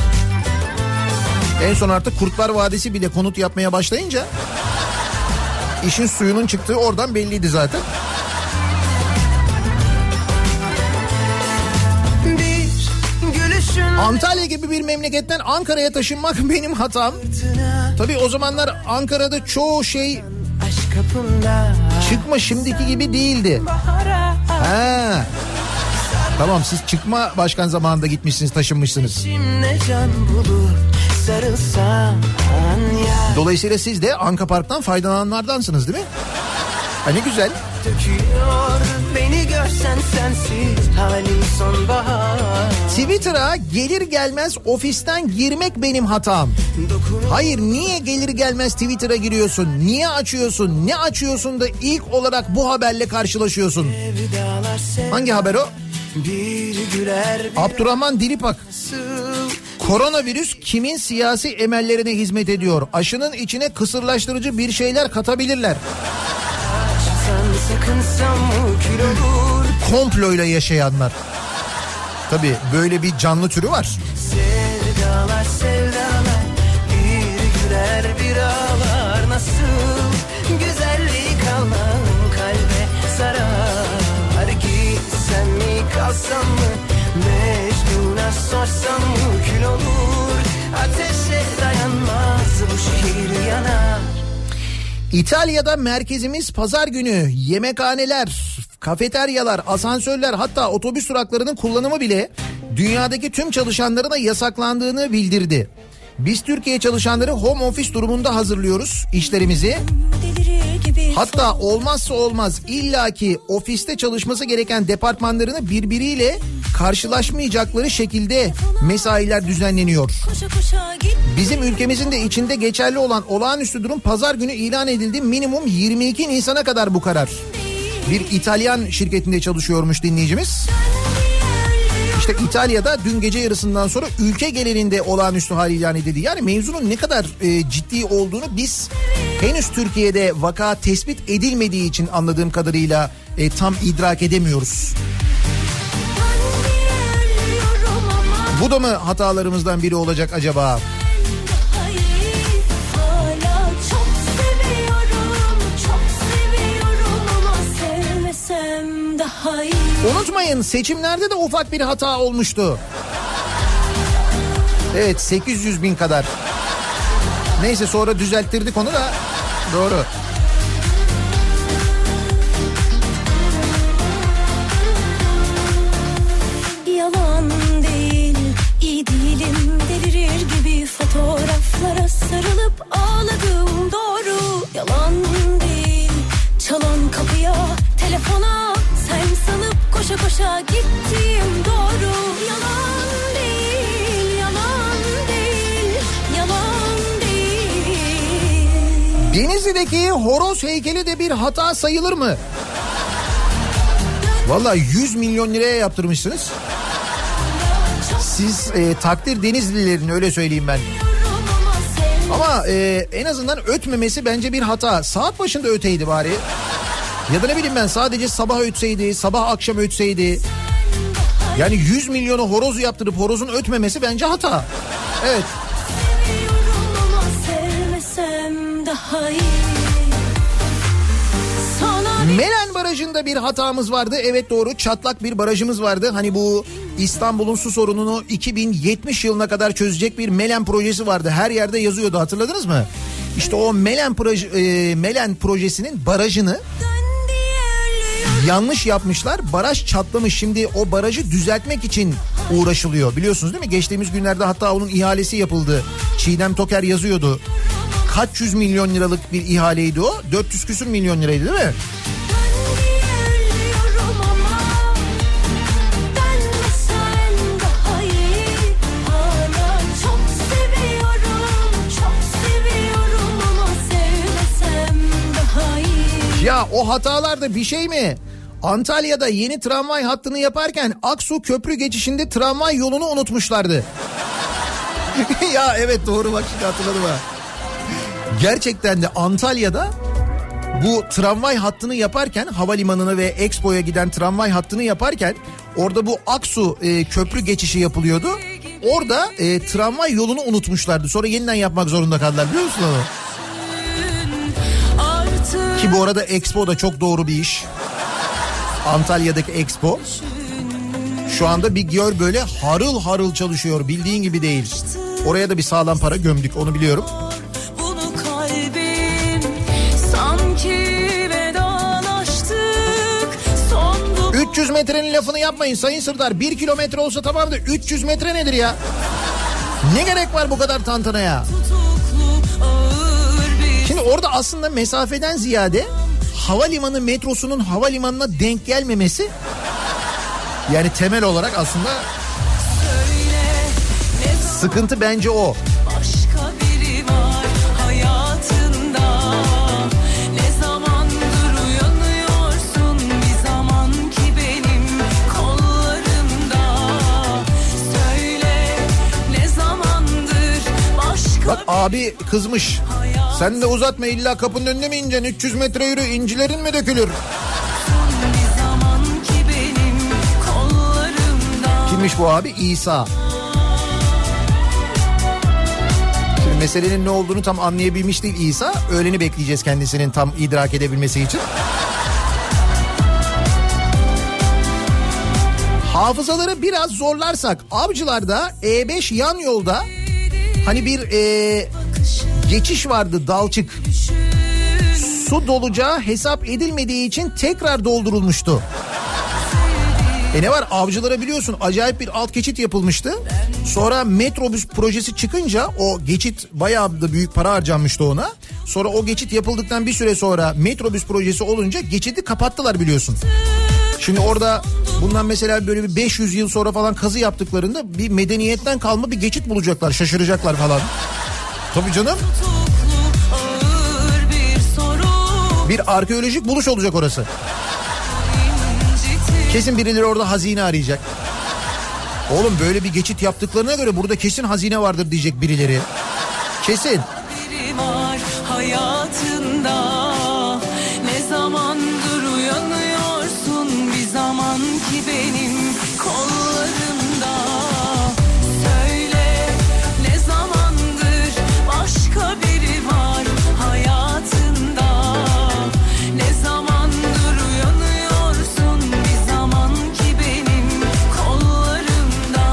En son artık Kurtlar Vadisi bile konut yapmaya başlayınca işin suyunun çıktığı oradan belliydi zaten. Antalya gibi bir memleketten Ankara'ya taşınmak benim hatam. Tabii o zamanlar Ankara'da çoğu şey çıkma şimdiki gibi değildi. Ha. Tamam, siz çıkma başkan zamanında gitmişsiniz, taşınmışsınız. Dolayısıyla siz de Anka Park'tan faydalananlardansınız değil mi? Ha, ne güzel. Beni görsen sensiz halim sonbahar. Twitter'a gelir gelmez ofisten girmek benim hatam. Hayır, niye gelir gelmez Twitter'a giriyorsun? Niye açıyorsun? Ne açıyorsun da ilk olarak bu haberle karşılaşıyorsun? Hangi haber o? Abdurrahman Dilipak. Koronavirüs kimin siyasi emellerine hizmet ediyor? Aşının içine kısırlaştırıcı bir şeyler katabilirler. Komployla yaşayanlar. Tabii böyle bir canlı türü var. Sevdalar sevdalar, bir güler bir ağlar, nasıl güzellik Allah'ım kalbe zarar. Gitsem mi kalsam mı, Mecnun'a sorsam mı kül olur. Ateşe dayanmaz bu şehir yanar. İtalya'da merkezimiz pazar günü yemekhaneler, kafeteryalar, asansörler, hatta otobüs duraklarının kullanımı bile dünyadaki tüm çalışanlarına yasaklandığını bildirdi. Biz Türkiye çalışanları home office durumunda hazırlıyoruz işlerimizi. Hatta olmazsa olmaz illaki ofiste çalışması gereken departmanlarını birbiriyle karşılaşmayacakları şekilde mesailer düzenleniyor. Bizim ülkemizin de içinde geçerli olan olağanüstü durum pazar günü ilan edildi. Minimum 22 Nisan'a kadar bu karar. Bir İtalyan şirketinde çalışıyormuş dinleyicimiz. İşte İtalya'da dün gece yarısından sonra ülke genelinde olağanüstü hal ilan edildi. Yani mevzunun ne kadar ciddi olduğunu biz henüz Türkiye'de vaka tespit edilmediği için anladığım kadarıyla tam idrak edemiyoruz. Bu da mı hatalarımızdan biri olacak acaba? Unutmayın, seçimlerde de ufak bir hata olmuştu. Evet, 800 bin kadar. Neyse, sonra düzelttirdik onu da. Doğru. Yalan değil, iyi değilim, delirir gibi fotoğraflara sarılıp ağladım, doğru. Yalan değil, çalan kapıya, telefona sen sanıp koşa koşa gittim, doğru. Yalan değil, yalan değil, yalan değil. Denizli'deki horoz heykeli de bir hata sayılır mı? Vallahi 100 milyon liraya yaptırmışsınız. Siz takdir Denizlilerin, öyle söyleyeyim ben. Ama en azından ötmemesi bence bir hata. Saat başında öteydi bari. Ya da ne bileyim ben, sadece sabah ötseydi, sabah akşam ötseydi. Yani 100 milyonu horoz yaptırıp horozun ötmemesi bence hata. Evet. Melen Barajı'nda bir hatamız vardı. Evet, doğru, çatlak bir barajımız vardı. Hani bu İstanbul'un su sorununu 2070 yılına kadar çözecek bir Melen projesi vardı. Her yerde yazıyordu, hatırladınız mı? İşte o Melen projesinin barajını yanlış yapmışlar. Baraj çatlamış. Şimdi o barajı düzeltmek için uğraşılıyor. Biliyorsunuz değil mi? Geçtiğimiz günlerde hatta onun ihalesi yapıldı. Çiğdem Toker yazıyordu. Kaç yüz milyon liralık bir ihaleydi o? 400 küsür milyon liraydı değil mi? Ya o hatalarda bir şey mi? Antalya'da yeni tramvay hattını yaparken Aksu köprü geçişinde tramvay yolunu unutmuşlardı. Ya evet, doğru, bak şimdi hatırladım ha. Gerçekten de Antalya'da bu tramvay hattını yaparken, havalimanına ve Expo'ya giden tramvay hattını yaparken orada bu Aksu köprü geçişi yapılıyordu. Orada tramvay yolunu unutmuşlardı. Sonra yeniden yapmak zorunda kaldılar, biliyor musun onu? Ki bu arada Expo da çok doğru bir iş. Antalya'daki Expo. Şu anda bir gör, böyle harıl harıl çalışıyor, bildiğin gibi değil. Oraya da bir sağlam para gömdük, onu biliyorum. 300 metrenin lafını yapmayın Sayın Sırdar. 1 kilometre olsa tamam da 300 metre nedir ya? Ne gerek var bu kadar tantanaya? Şimdi orada aslında mesafeden ziyade havalimanı metrosunun havalimanına denk gelmemesi, yani temel olarak aslında sıkıntı bence o. Başka biri var hayatında. Ne zamandır uyanıyorsun bir zaman ki benim kollarımda. Söyle ne zamandır başka. Bak abi kızmış. Sen de uzatma, illa kapının önüne mi ineceksin? 300 metre yürü, incilerin mi dökülür? Kimmiş bu abi? İsa. Şimdi meselenin ne olduğunu tam anlayabilmiş değil İsa. Öğleni bekleyeceğiz kendisinin tam idrak edebilmesi için. Hafızaları biraz zorlarsak, Avcılar'da E5 yan yolda hani bir geçiş vardı, dalçık. Su dolacağı hesap edilmediği için tekrar doldurulmuştu. Ne var, Avcılar'a biliyorsun acayip bir alt geçit yapılmıştı. Sonra metrobüs projesi çıkınca o geçit, bayağı da büyük para harcanmıştı ona. Sonra o geçit yapıldıktan bir süre sonra metrobüs projesi olunca geçidi kapattılar biliyorsun. Şimdi orada bundan mesela böyle bir 500 yıl sonra falan kazı yaptıklarında bir medeniyetten kalma bir geçit bulacaklar, şaşıracaklar falan. Tabii canım. Bir arkeolojik buluş olacak orası. Kesin birileri orada hazine arayacak. Oğlum böyle bir geçit yaptıklarına göre burada kesin hazine vardır diyecek birileri. Kesin. Biri var hayatında, ne zamandır uyanıyorsun, bir zaman ki benim kollarımda. Söyle, ne zamandır başka biri var hayatında, ne zamandır uyanıyorsun, bir zaman ki benim kollarımda.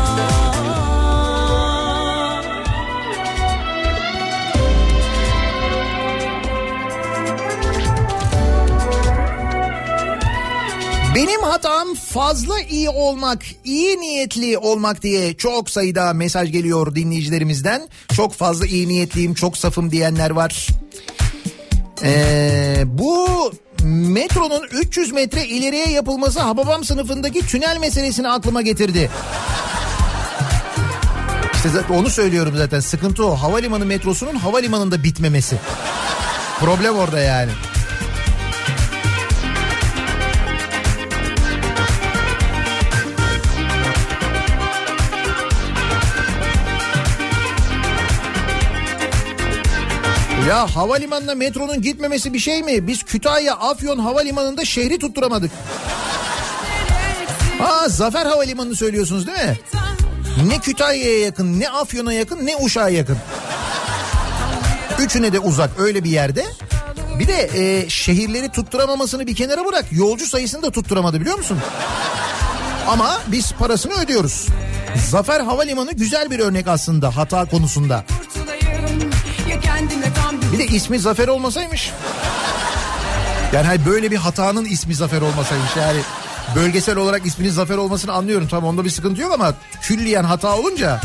Benim hatam fazla iyi olmak, iyi niyetli olmak diye çok sayıda mesaj geliyor dinleyicilerimizden. Çok fazla iyi niyetliyim, çok safım diyenler var. Bu metronun 300 metre ileriye yapılması Hababam sınıfındaki tünel meselesini aklıma getirdi. İşte onu söylüyorum zaten, sıkıntı o. Havalimanı metrosunun havalimanında bitmemesi. Problem orada yani. Ya havalimanına metronun gitmemesi bir şey mi? Biz Kütahya Afyon Havalimanı'nda şehri tutturamadık. Zafer Havalimanı'nı söylüyorsunuz değil mi? Ne Kütahya'ya yakın, ne Afyon'a yakın, ne Uşak'a yakın. Üçüne de uzak, öyle bir yerde. Bir de şehirleri tutturamamasını bir kenara bırak, yolcu sayısını da tutturamadı, biliyor musun? Ama biz parasını ödüyoruz. Zafer Havalimanı güzel bir örnek aslında hata konusunda. Bir de ismi Zafer olmasaymış. Yani böyle bir hatanın ismi Zafer olmasaymış. Yani bölgesel olarak isminin Zafer olmasını anlıyorum. Tamam, onda bir sıkıntı yok ama külliyen hata olunca...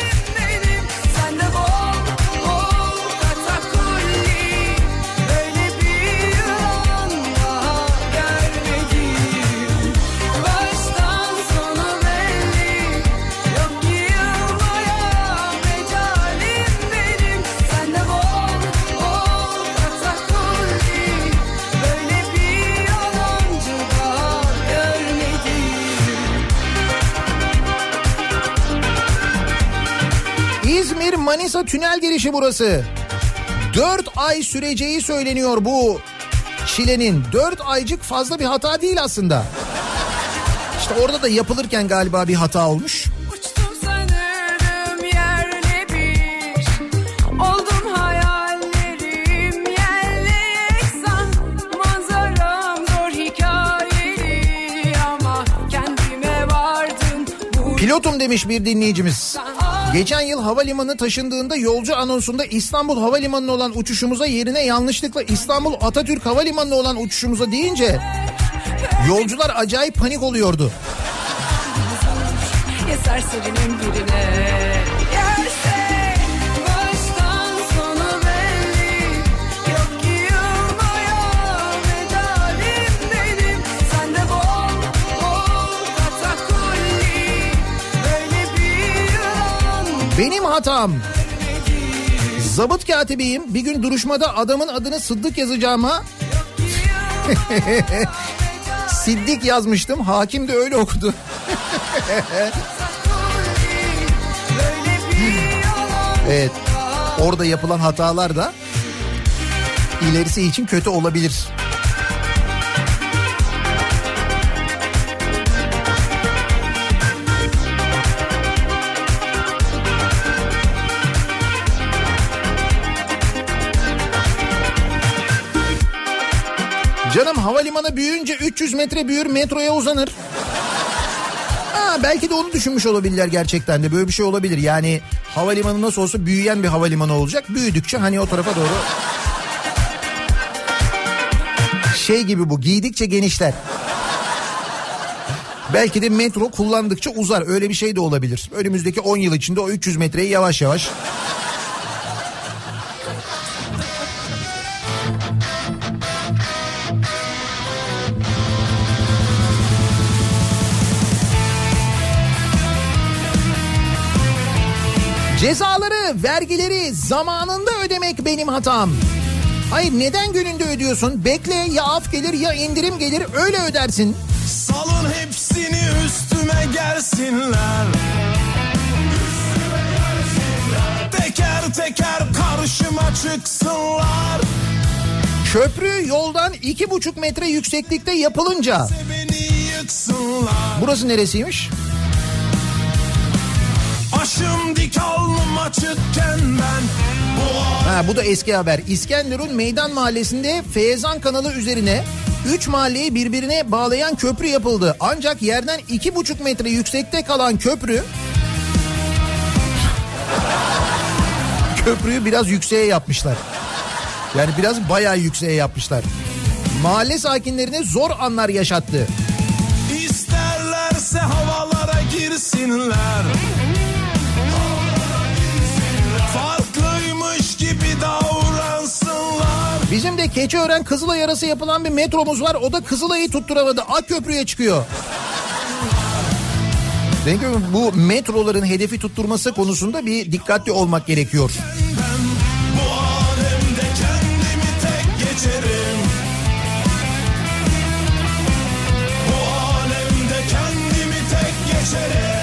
İzmir-Manisa tünel girişi burası. 4 ay süreceği söyleniyor bu çilenin. 4 aycık fazla bir hata değil aslında. İşte orada da yapılırken galiba bir hata olmuş. Uçtum sanırım yerle bir, oldum hayallerim yerle yeksan, manzaram zor hikayeli ama kendime vardım. Pilotum demiş bir dinleyicimiz. Geçen yıl havalimanı taşındığında yolcu anonsunda İstanbul Havalimanı'na olan uçuşumuza yerine yanlışlıkla İstanbul Atatürk Havalimanı'na olan uçuşumuza deyince yolcular acayip panik oluyordu. Benim hatam. Zabıt katibiyim. Bir gün duruşmada adamın adını Sıddık yazacağıma Siddik yazmıştım. Hakim de öyle okudu. Evet. Orada yapılan hatalar da ilerisi için kötü olabilir. Canım havalimanı büyüyünce 300 metre büyür, metroya uzanır. Belki de onu düşünmüş olabilirler gerçekten de. Böyle bir şey olabilir. Yani havalimanı nasıl olsa büyüyen bir havalimanı olacak. Büyüdükçe hani o tarafa doğru... Şey gibi bu, giydikçe genişler. Belki de metro kullandıkça uzar. Öyle bir şey de olabilir. Önümüzdeki 10 yıl içinde o 300 metreyi yavaş yavaş... Cezaları, vergileri zamanında ödemek benim hatam. Hayır, neden gününde ödüyorsun? Bekle, ya af gelir ya indirim gelir, öyle ödersin. Salın hepsini üstüme gelsinler. Teker teker karşıma çıksınlar. Köprü yoldan 2,5 metre yükseklikte yapılınca. Burası neresiymiş? Başım dik alnım açıkken ben. Bu da eski haber. İskenderun Meydan Mahallesi'nde Feyzan Kanalı üzerine 3 mahalleyi birbirine bağlayan köprü yapıldı. Ancak yerden 2,5 metre yüksekte kalan köprüyü biraz yükseğe yapmışlar. Yani biraz bayağı yükseğe yapmışlar. Mahalle sakinlerine zor anlar yaşattı. İsterlerse havalara girsinler. Farklıymış gibi davransınlar. Bizim de Keçiören Kızılay arası yapılan bir metromuz var. O da Kızılay'ı tutturamadı. Akköprü'ye çıkıyor. Demek ki bu metroların hedefi tutturması konusunda bir dikkatli olmak gerekiyor. Bu alemde kendimi tek geçerim. Bu alemde kendimi tek geçerim.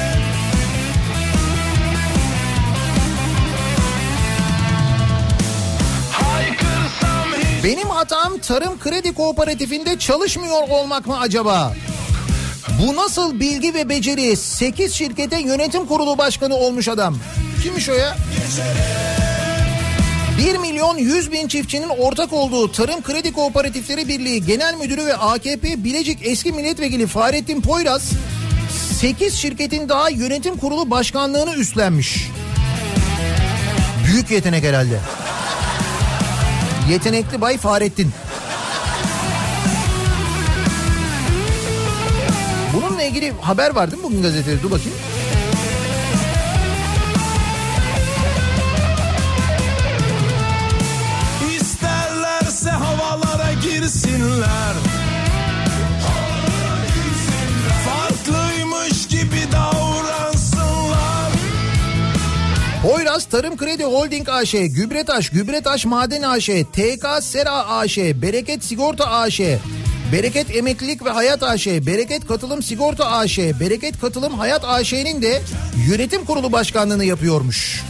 Benim hatam Tarım Kredi Kooperatifinde çalışmıyor olmak mı acaba? Bu nasıl bilgi ve beceri? 8 şirkete yönetim kurulu başkanı olmuş adam. Kimmiş o ya? 1.100.000 çiftçinin ortak olduğu Tarım Kredi Kooperatifleri Birliği Genel Müdürü ve AKP Bilecik eski milletvekili Fahrettin Poyraz 8 şirketin daha yönetim kurulu başkanlığını üstlenmiş. Büyük yetenek herhalde. Yetenekli Bay Fahrettin. Bununla ilgili haber var değil mi bugün gazetede? Dur bakayım. İsterlerse havalara girsinler. Farklıymış gibi davransınlar. Poyraz Tarım Kredi Holding AŞ, Gübretaş Maden AŞ, TK Sera AŞ, Bereket Sigorta AŞ, Bereket Emeklilik ve Hayat AŞ, Bereket Katılım Sigorta AŞ, Bereket Katılım Hayat AŞ'nin de yönetim kurulu başkanlığını yapıyormuş.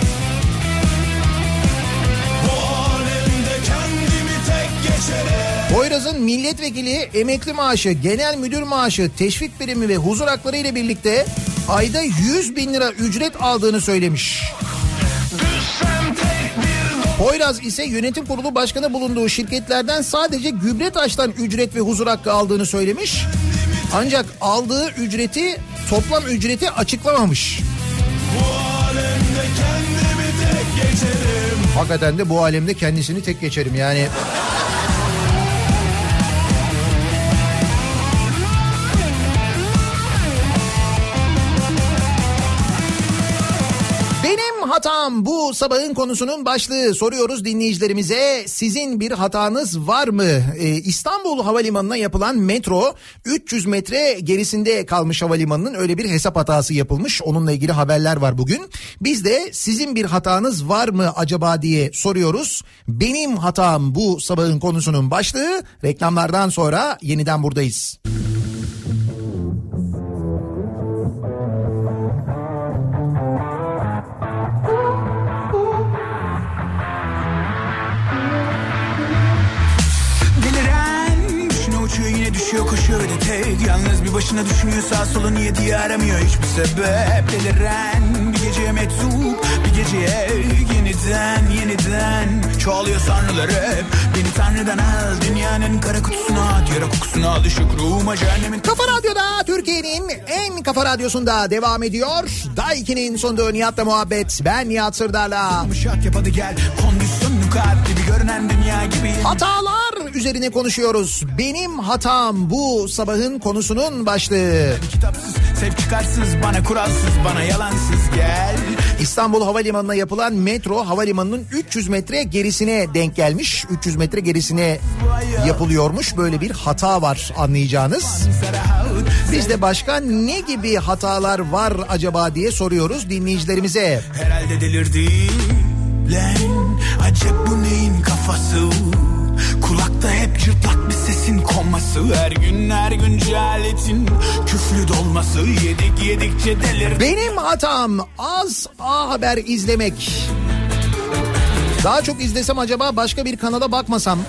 Poyraz'ın milletvekili, emekli maaşı, genel müdür maaşı, teşvik primi ve huzur hakları ile birlikte ayda 100.000 lira ücret aldığını söylemiş. Poyraz ise yönetim kurulu başkanı bulunduğu şirketlerden sadece Gübretaş'tan ücret ve huzur hakkı aldığını söylemiş. Ancak aldığı ücreti, toplam ücreti açıklamamış. Hakikaten de bu alemde kendisini tek geçerim yani. Hatam bu sabahın konusunun başlığı. Soruyoruz dinleyicilerimize, sizin bir hatanız var mı? İstanbul Havalimanı'na yapılan metro 300 metre gerisinde kalmış havalimanının, öyle bir hesap hatası yapılmış. Onunla ilgili haberler var bugün. Biz de sizin bir hatanız var mı acaba diye soruyoruz. Benim hatam bu sabahın konusunun başlığı. Reklamlardan sonra yeniden buradayız. Düşüyor koşuyor öyle tek, yalnız bir başına düşünüyor, sağ sola niye diye aramıyor hiçbir sebep. Deliren bir geceye meczup, bir geceye yeniden çoğalıyor sanrılar hep. Beni Tanrı'dan al, dünyanın kara kutusuna at, yara kokusuna al, ışık ruhuma cehennemin. Kafa Radyo'da, Türkiye'nin en kafa radyosunda devam ediyor. Daiki'nin sunduğu Nihat'la muhabbet. Ben Nihat Sırdar'la. Yapadı gel, kondisyonlu kalp gibi görünen dünya gibi. Hatalar üzerine konuşuyoruz. Benim hatam bu sabahın konusunun başlığı. Kitapsız, sev çıkarsız, bana kuralsız, bana yalansız gel. İstanbul Havalimanı'na yapılan metro havalimanının 300 metre gerisine denk gelmiş. 300 metre gerisine yapılıyormuş. Böyle bir hata var anlayacağınız. Biz de başka ne gibi hatalar var acaba diye soruyoruz dinleyicilerimize. Herhalde delirdi. Lan acep bu neyin kafası? Kulakta hep cırtlak bir sesin konması. Her gün cehaletin küflü dolması. Yedikçe delir. Benim hatam az A Haber izlemek. Daha çok izlesem acaba, başka bir kanala bakmasam.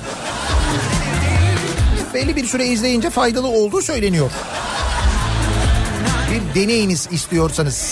Belli bir süre izleyince faydalı olduğu söyleniyor. Bir deneyiniz istiyorsanız.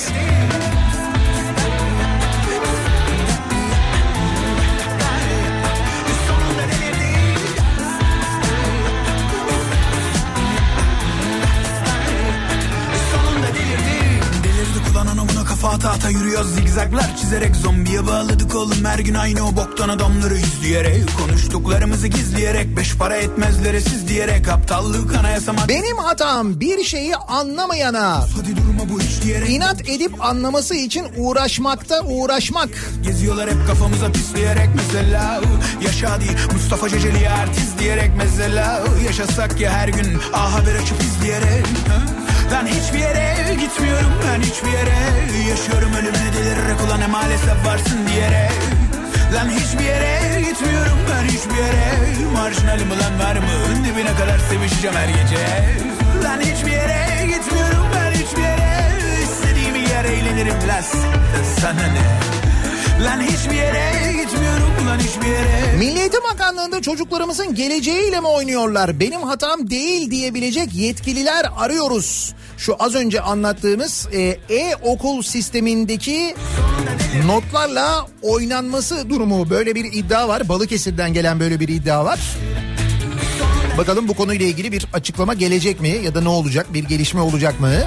Ata yürüyoruz zigzaglar çizerek, zombiye bağladık oğlum her gün aynı o boktan adamları izleyerek, konuştuklarımızı gizleyerek, beş para etmezlere siz diyerek, aptallık anayasa maddesi. Benim hatam bir şeyi anlamayana hadi durma bu iş diyerek, inat edip anlaması için uğraşmak. Geziyorlar hep kafamıza pisleyerek mesela, yaşa değil Mustafa Ceceli'ye artist diyerek mesela, yaşasak ya her gün A Haber açıp izleyerek. Ben hiçbir yere gitmiyorum, ben hiçbir yere yaşıyorum ölümüne delirerek, ulan ne maalesef varsın diyerek. Lan hiçbir yere gitmiyorum, ben hiçbir yere, marjinalim ulan var mı, dibine kadar sevişeceğim her gece. Lan hiçbir yere gitmiyorum, ben hiçbir yere, istediğim yer eğlenirim las, sana ne. Lan hiçbir yere gitmiyorum, lan hiçbir yere. Milli Eğitim Bakanlığı'nda çocuklarımızın geleceğiyle mi oynuyorlar? Benim hatam değil diyebilecek yetkililer arıyoruz. Şu az önce anlattığımız e-okul sistemindeki notlarla oynanması durumu, böyle bir iddia var. Balıkesir'den gelen böyle bir iddia var. Bakalım bu konuyla ilgili bir açıklama gelecek mi ya da ne olacak, bir gelişme olacak mı?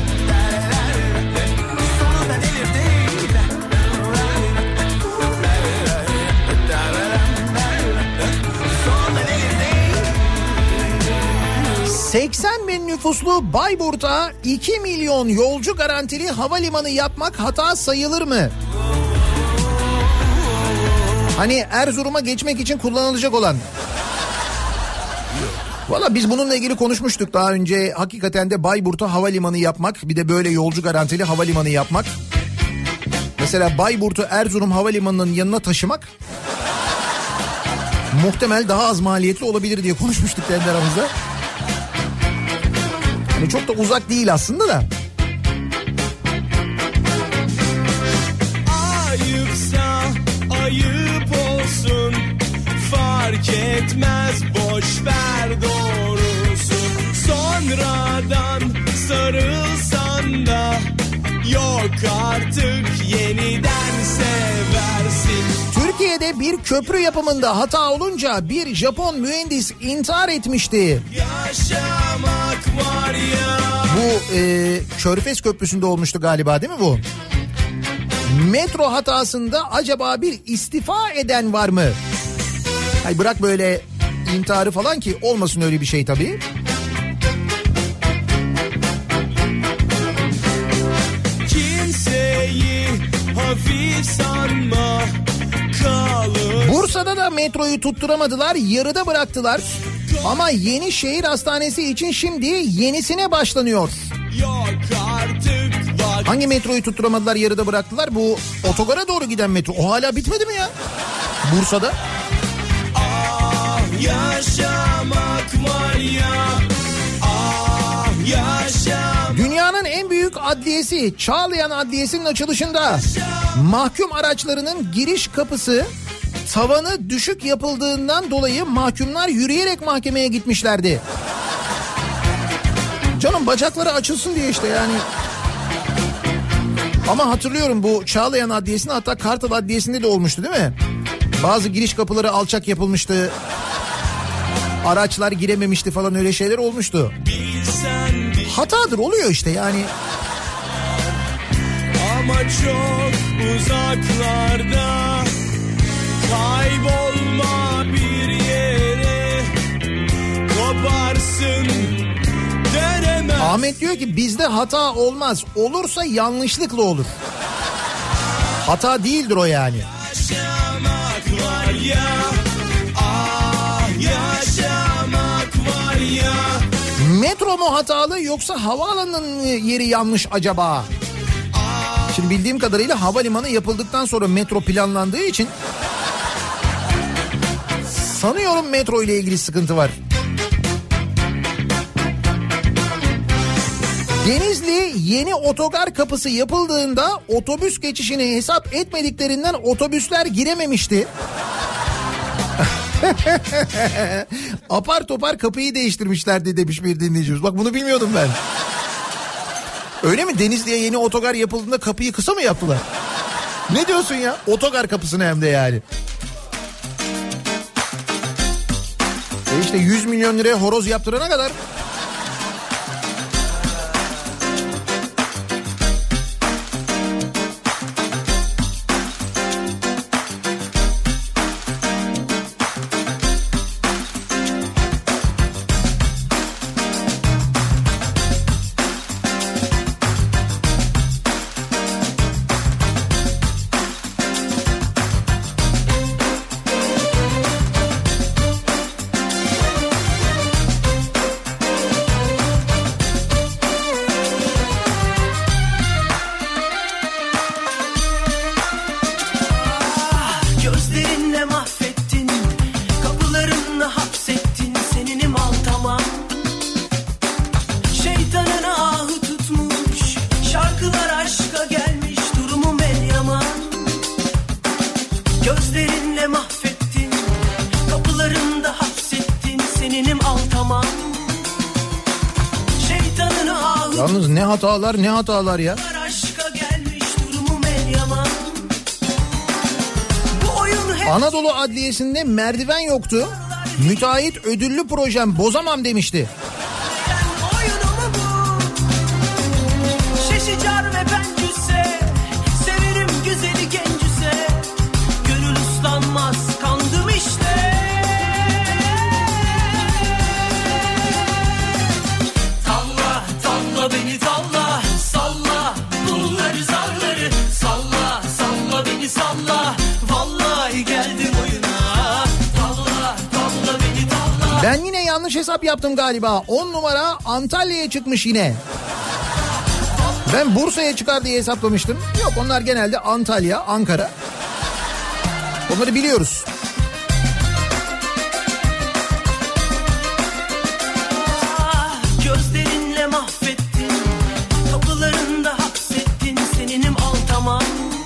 ...80.000 nüfuslu Bayburt'a 2 milyon yolcu garantili havalimanı yapmak hata sayılır mı? Hani Erzurum'a geçmek için kullanılacak olan. Valla biz bununla ilgili konuşmuştuk daha önce. Hakikaten de Bayburt'a havalimanı yapmak, bir de böyle yolcu garantili havalimanı yapmak. Mesela Bayburt'u Erzurum havalimanının yanına taşımak... ...muhtemel daha az maliyetli olabilir diye konuşmuştuk kendi aramızda. Yani çok da uzak değil aslında da. Ayıpsa ayıp olsun, fark etmez boş ver doğrusu. Sonradan sarılsan da yok artık yeniden seversin. Türkiye'de bir köprü yapımında hata olunca bir Japon mühendis intihar etmişti. Yaşamak var ya. Bu Körfez Köprüsü'nde olmuştu galiba, değil mi bu? Metro hatasında acaba bir istifa eden var mı? Ay bırak böyle intiharı falan, ki olmasın öyle bir şey tabii. Kimseyi hafif sanma. Bursa'da da metroyu tutturamadılar, yarıda bıraktılar. Ama yeni şehir hastanesi için şimdi yenisine başlanıyor. Hangi metroyu tutturamadılar, yarıda bıraktılar? Bu otogara doğru giden metro. O hala bitmedi mi ya? Bursa'da. Ah yaşamak var ya. Ah yaşamak. Dünyanın en büyük adliyesi Çağlayan Adliyesi'nin açılışında mahkum araçlarının giriş kapısı tavanı düşük yapıldığından dolayı mahkumlar yürüyerek mahkemeye gitmişlerdi. Canım bacakları açılsın diye işte yani. Ama hatırlıyorum bu Çağlayan Adliyesi'nde, hatta Kartal Adliyesi'nde de olmuştu değil mi? Bazı giriş kapıları alçak yapılmıştı. Araçlar girememişti falan, öyle şeyler olmuştu. Hatadır, oluyor işte yani. Ama çok uzaklarda kaybolma bir yere, koparsın dönemez. Ahmet diyor ki bizde hata olmaz, olursa yanlışlıkla olur. Hata değildir o yani. Yaşamak var ya, ah yaşamak var ya. Metro mu hatalı yoksa havaalanının yeri yanlış acaba? Şimdi bildiğim kadarıyla havalimanı yapıldıktan sonra metro planlandığı için sanıyorum metro ile ilgili sıkıntı var. Denizli yeni otogar kapısı yapıldığında otobüs geçişini hesap etmediklerinden otobüsler girememişti. Apar topar kapıyı değiştirmişlerdi demiş bir dinleyicimiz. Bak bunu bilmiyordum ben. Öyle mi? Denizli'ye yeni otogar yapıldığında kapıyı kısa mı yaptılar? Ne diyorsun ya? Otogar kapısını hem de yani. İşte 100 milyon liraya horoz yaptırana kadar... Yalnız ne hatalar ya. Anadolu Adliyesi'nde merdiven yoktu. Müteahhit ödüllü projem bozamam demişti. Ben yine yanlış hesap yaptım galiba. 10 numara Antalya'ya çıkmış yine. Ben Bursa'ya çıkar diye hesaplamıştım. Yok, onlar genelde Antalya, Ankara. Onları biliyoruz. Gözlerinle mahvettin, kapılarında hapsettin, seninim altaman.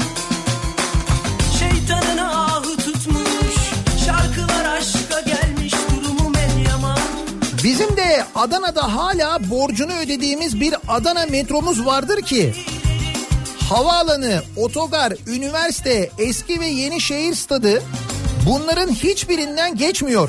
Şeytanına ahı tutmuş, şarkılar aşka gelmiş, durumum el yaman. Bizim de Adana'da hala borcunu ödediğimiz bir Adana metromuz vardır ki havaalanı, otogar, üniversite, eski ve yeni şehir stadı bunların hiçbirinden geçmiyor.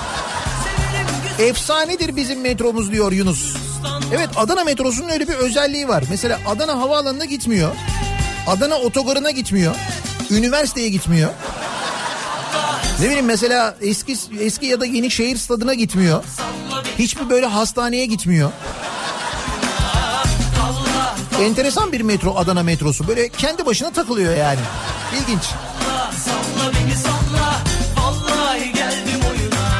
Efsanedir bizim metromuz diyor Yunus. Evet, Adana metrosunun öyle bir özelliği var. Mesela Adana havaalanına gitmiyor. Adana otogarına gitmiyor. Üniversiteye gitmiyor. Ne bileyim, mesela eski ya da yeni şehir stadına gitmiyor. Hiçbir böyle hastaneye gitmiyor. Enteresan bir metro Adana metrosu. Böyle kendi başına takılıyor yani. İlginç. Salla beni salla, vallahi geldim oyuna.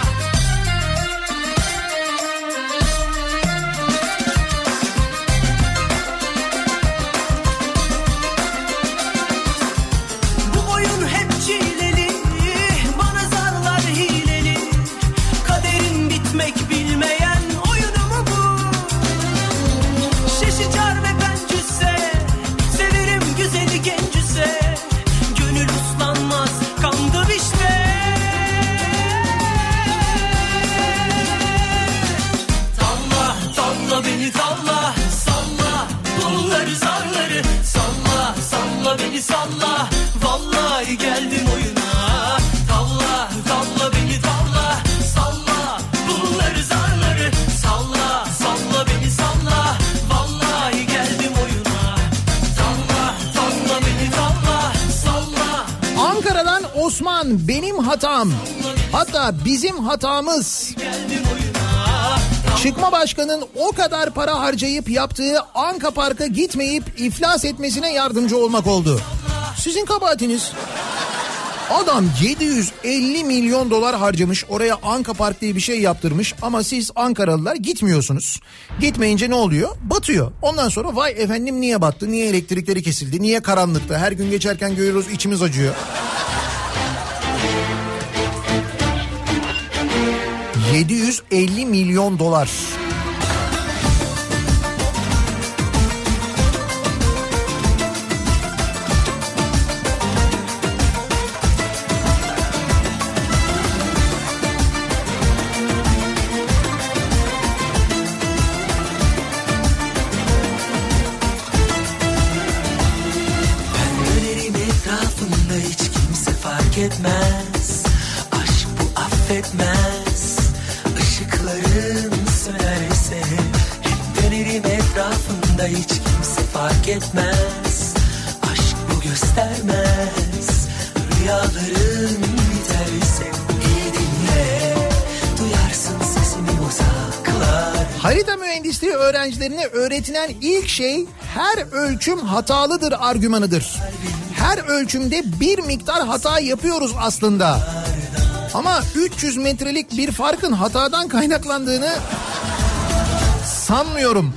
Bu oyun hep çileli, bana zarlar hileli. Kaderin bitmek bilmeyen oyunu mu bu? Şaşıcar ve bencüse, severim güzeli gencüse. Gönül uslanmaz, kandım işte. Talla, talla beni talla, salla dulları zarları. Salla, salla beni salla, vallahi geldim oyuna. Talla, talla beni talla, salla dulları zarları. Salla, salla beni salla, vallahi geldim oyuna. Talla, talla beni talla, salla. Ankara'dan Osman, benim hatam. Hatta bizim hatamız. Çıkma başkanın o kadar para harcayıp yaptığı Anka Park'a gitmeyip iflas etmesine yardımcı olmak oldu. Sizin kabahatiniz. Adam 750 milyon dolar harcamış, oraya Anka Park diye bir şey yaptırmış ama siz Ankaralılar gitmiyorsunuz. Gitmeyince ne oluyor? Batıyor. Ondan sonra vay efendim niye battı, niye elektrikleri kesildi, niye karanlıkta, her gün geçerken görüyoruz içimiz acıyor. 750 milyon dolar. Etmez, aşk bu affetmez. Işıkların sönerse hep dönerim etrafında, hiç kimse fark etmez. Aşk bu göstermez, rüyaların biterse iyi dinle, duyarsın sesimi uzaklar. Harita mühendisliği öğrencilerine öğretilen ilk şey her ölçüm hatalıdır argümanıdır. Her ölçümde bir miktar hata yapıyoruz aslında. Ama 300 metrelik bir farkın hatadan kaynaklandığını sanmıyorum.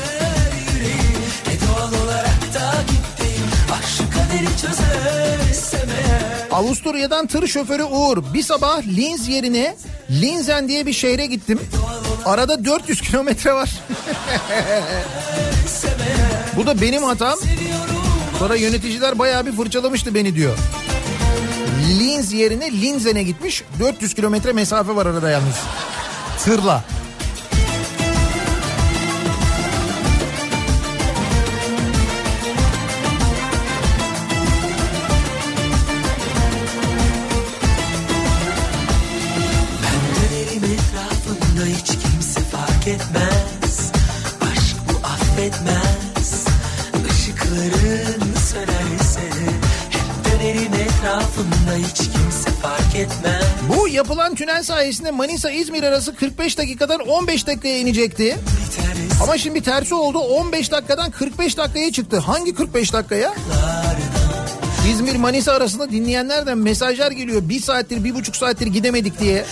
Avusturya'dan tır şoförü Uğur. Bir sabah Linz yerine Linzen diye bir şehre gittim. Arada 400 kilometre var. Bu da benim hatam. Sonra yöneticiler bayağı bir fırçalamıştı beni diyor. Linz yerine Linzen'e gitmiş. 400 kilometre mesafe var arada yalnız. Tırla. Ben dönerim etrafında, hiç kimse fark etmez. Aşk bu affetmez. Işıkların sönerse hep dönerim etrafında, hiç kimse fark etmez. Bu yapılan tünel sayesinde Manisa-İzmir arası 45 dakikadan 15 dakikaya inecekti. Ama şimdi tersi oldu, 15 dakikadan 45 dakikaya çıktı. Hangi 45 dakikaya? İzmir-Manisa arasında dinleyenlerden mesajlar geliyor. 1 saattir, 1,5 saattir gidemedik diye.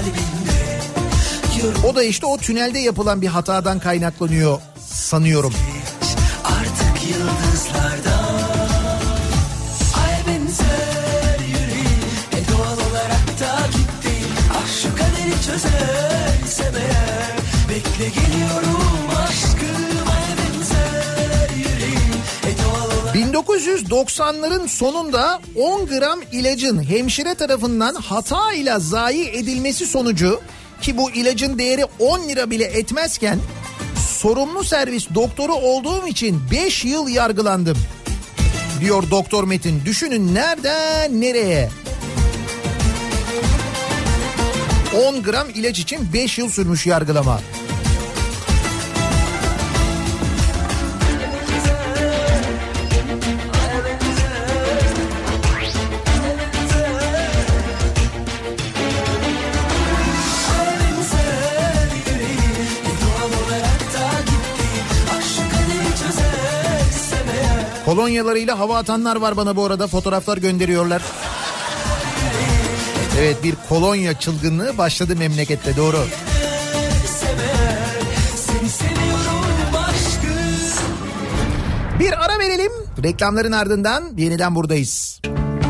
O da işte o tünelde yapılan bir hatadan kaynaklanıyor sanıyorum. Artık yıldızlardan ay benzer yüreğim, doğal olarak takipteyim. Ah şu kaderi çözersem eğer, bekle geliyorum aşkım, ay benzer yüreğim, doğal olarak. 1990'ların sonunda 10 gram ilacın hemşire tarafından hata ile zayi edilmesi sonucu, ki bu ilacın değeri 10 lira bile etmezken, sorumlu servis doktoru olduğum için 5 yıl yargılandım diyor Doktor Metin. Düşünün nereden nereye? 10 gram ilaç için 5 yıl sürmüş yargılama. Kolonyalarıyla hava atanlar var bana bu arada, fotoğraflar gönderiyorlar. Evet, bir kolonya çılgınlığı başladı memlekette, doğru. Bir ara verelim, reklamların ardından yeniden buradayız.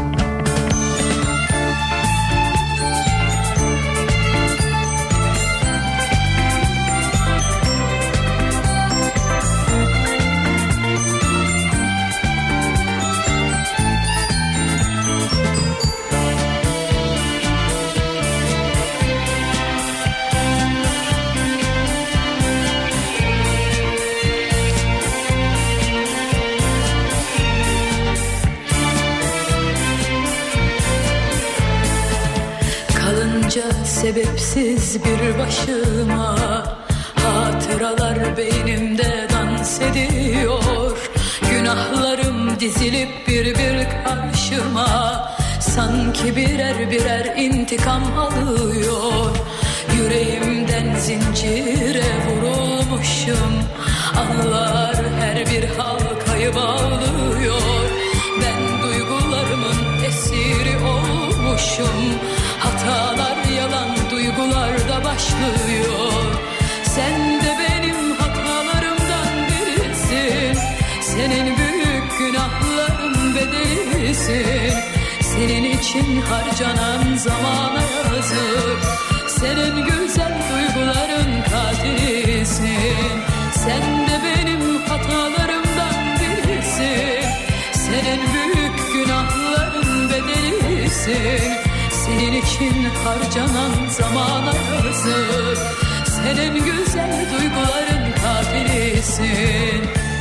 Sebepsiz bir başıma hatıralar beynimde dans ediyor. Günahlarım dizilip bir bir karşıma, sanki birer birer intikam alıyor. Yüreğimden zincire vurulmuşum, anılar her bir halkayı bağlıyor. Ben duygularımın esiri oldum. olmuşum. Hatalar yalan, duygular da başlıyor. Sen de benim hatalarımdan birisin. Senin büyük günahların bedelisin. Senin için harcanan zamana yazık. Senin güzel duyguların katilisin. Sen de benim hatalarımdan birisin. Senin büyük günahların bedelisin. Senin için harcanan zamana yazık. Senin güzel duyguların katilisin.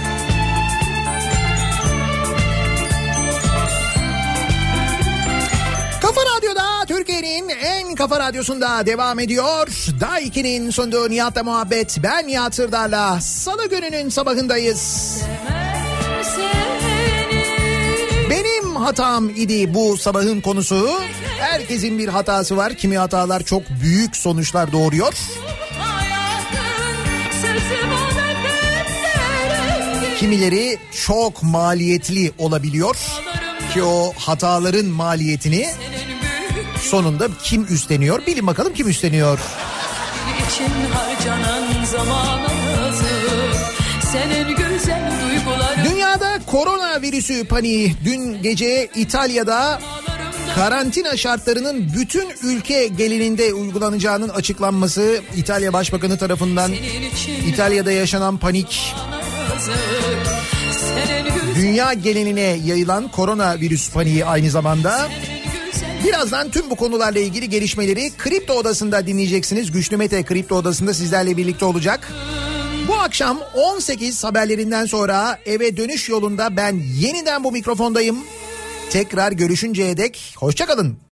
Kafa Radyo'da, Türkiye'nin en kafa radyosunda devam ediyor. Daiki'nin sunduğu Nihat'la muhabbet. Ben Nihat Sırdar'la Salı gününün sabahındayız. Benim hatam idi bu sabahın konusu. Herkesin bir hatası var. Kimi hatalar çok büyük sonuçlar doğuruyor. Kimileri çok maliyetli olabiliyor. Ki o hataların maliyetini sonunda kim üstleniyor? Bilin bakalım kim üstleniyor? Dünyada koronavirüsü paniği. Dün gece İtalya'da karantina şartlarının bütün ülke genelinde uygulanacağının açıklanması, İtalya Başbakanı tarafından İtalya'da yaşanan panik, dünya geneline yayılan koronavirüs paniği aynı zamanda. Birazdan tüm bu konularla ilgili gelişmeleri Kripto Odası'nda dinleyeceksiniz. Güçlü Mete Kripto Odası'nda sizlerle birlikte olacak. Bu akşam 18 haberlerinden sonra eve dönüş yolunda ben yeniden bu mikrofondayım. Tekrar görüşünceye dek hoşça kalın.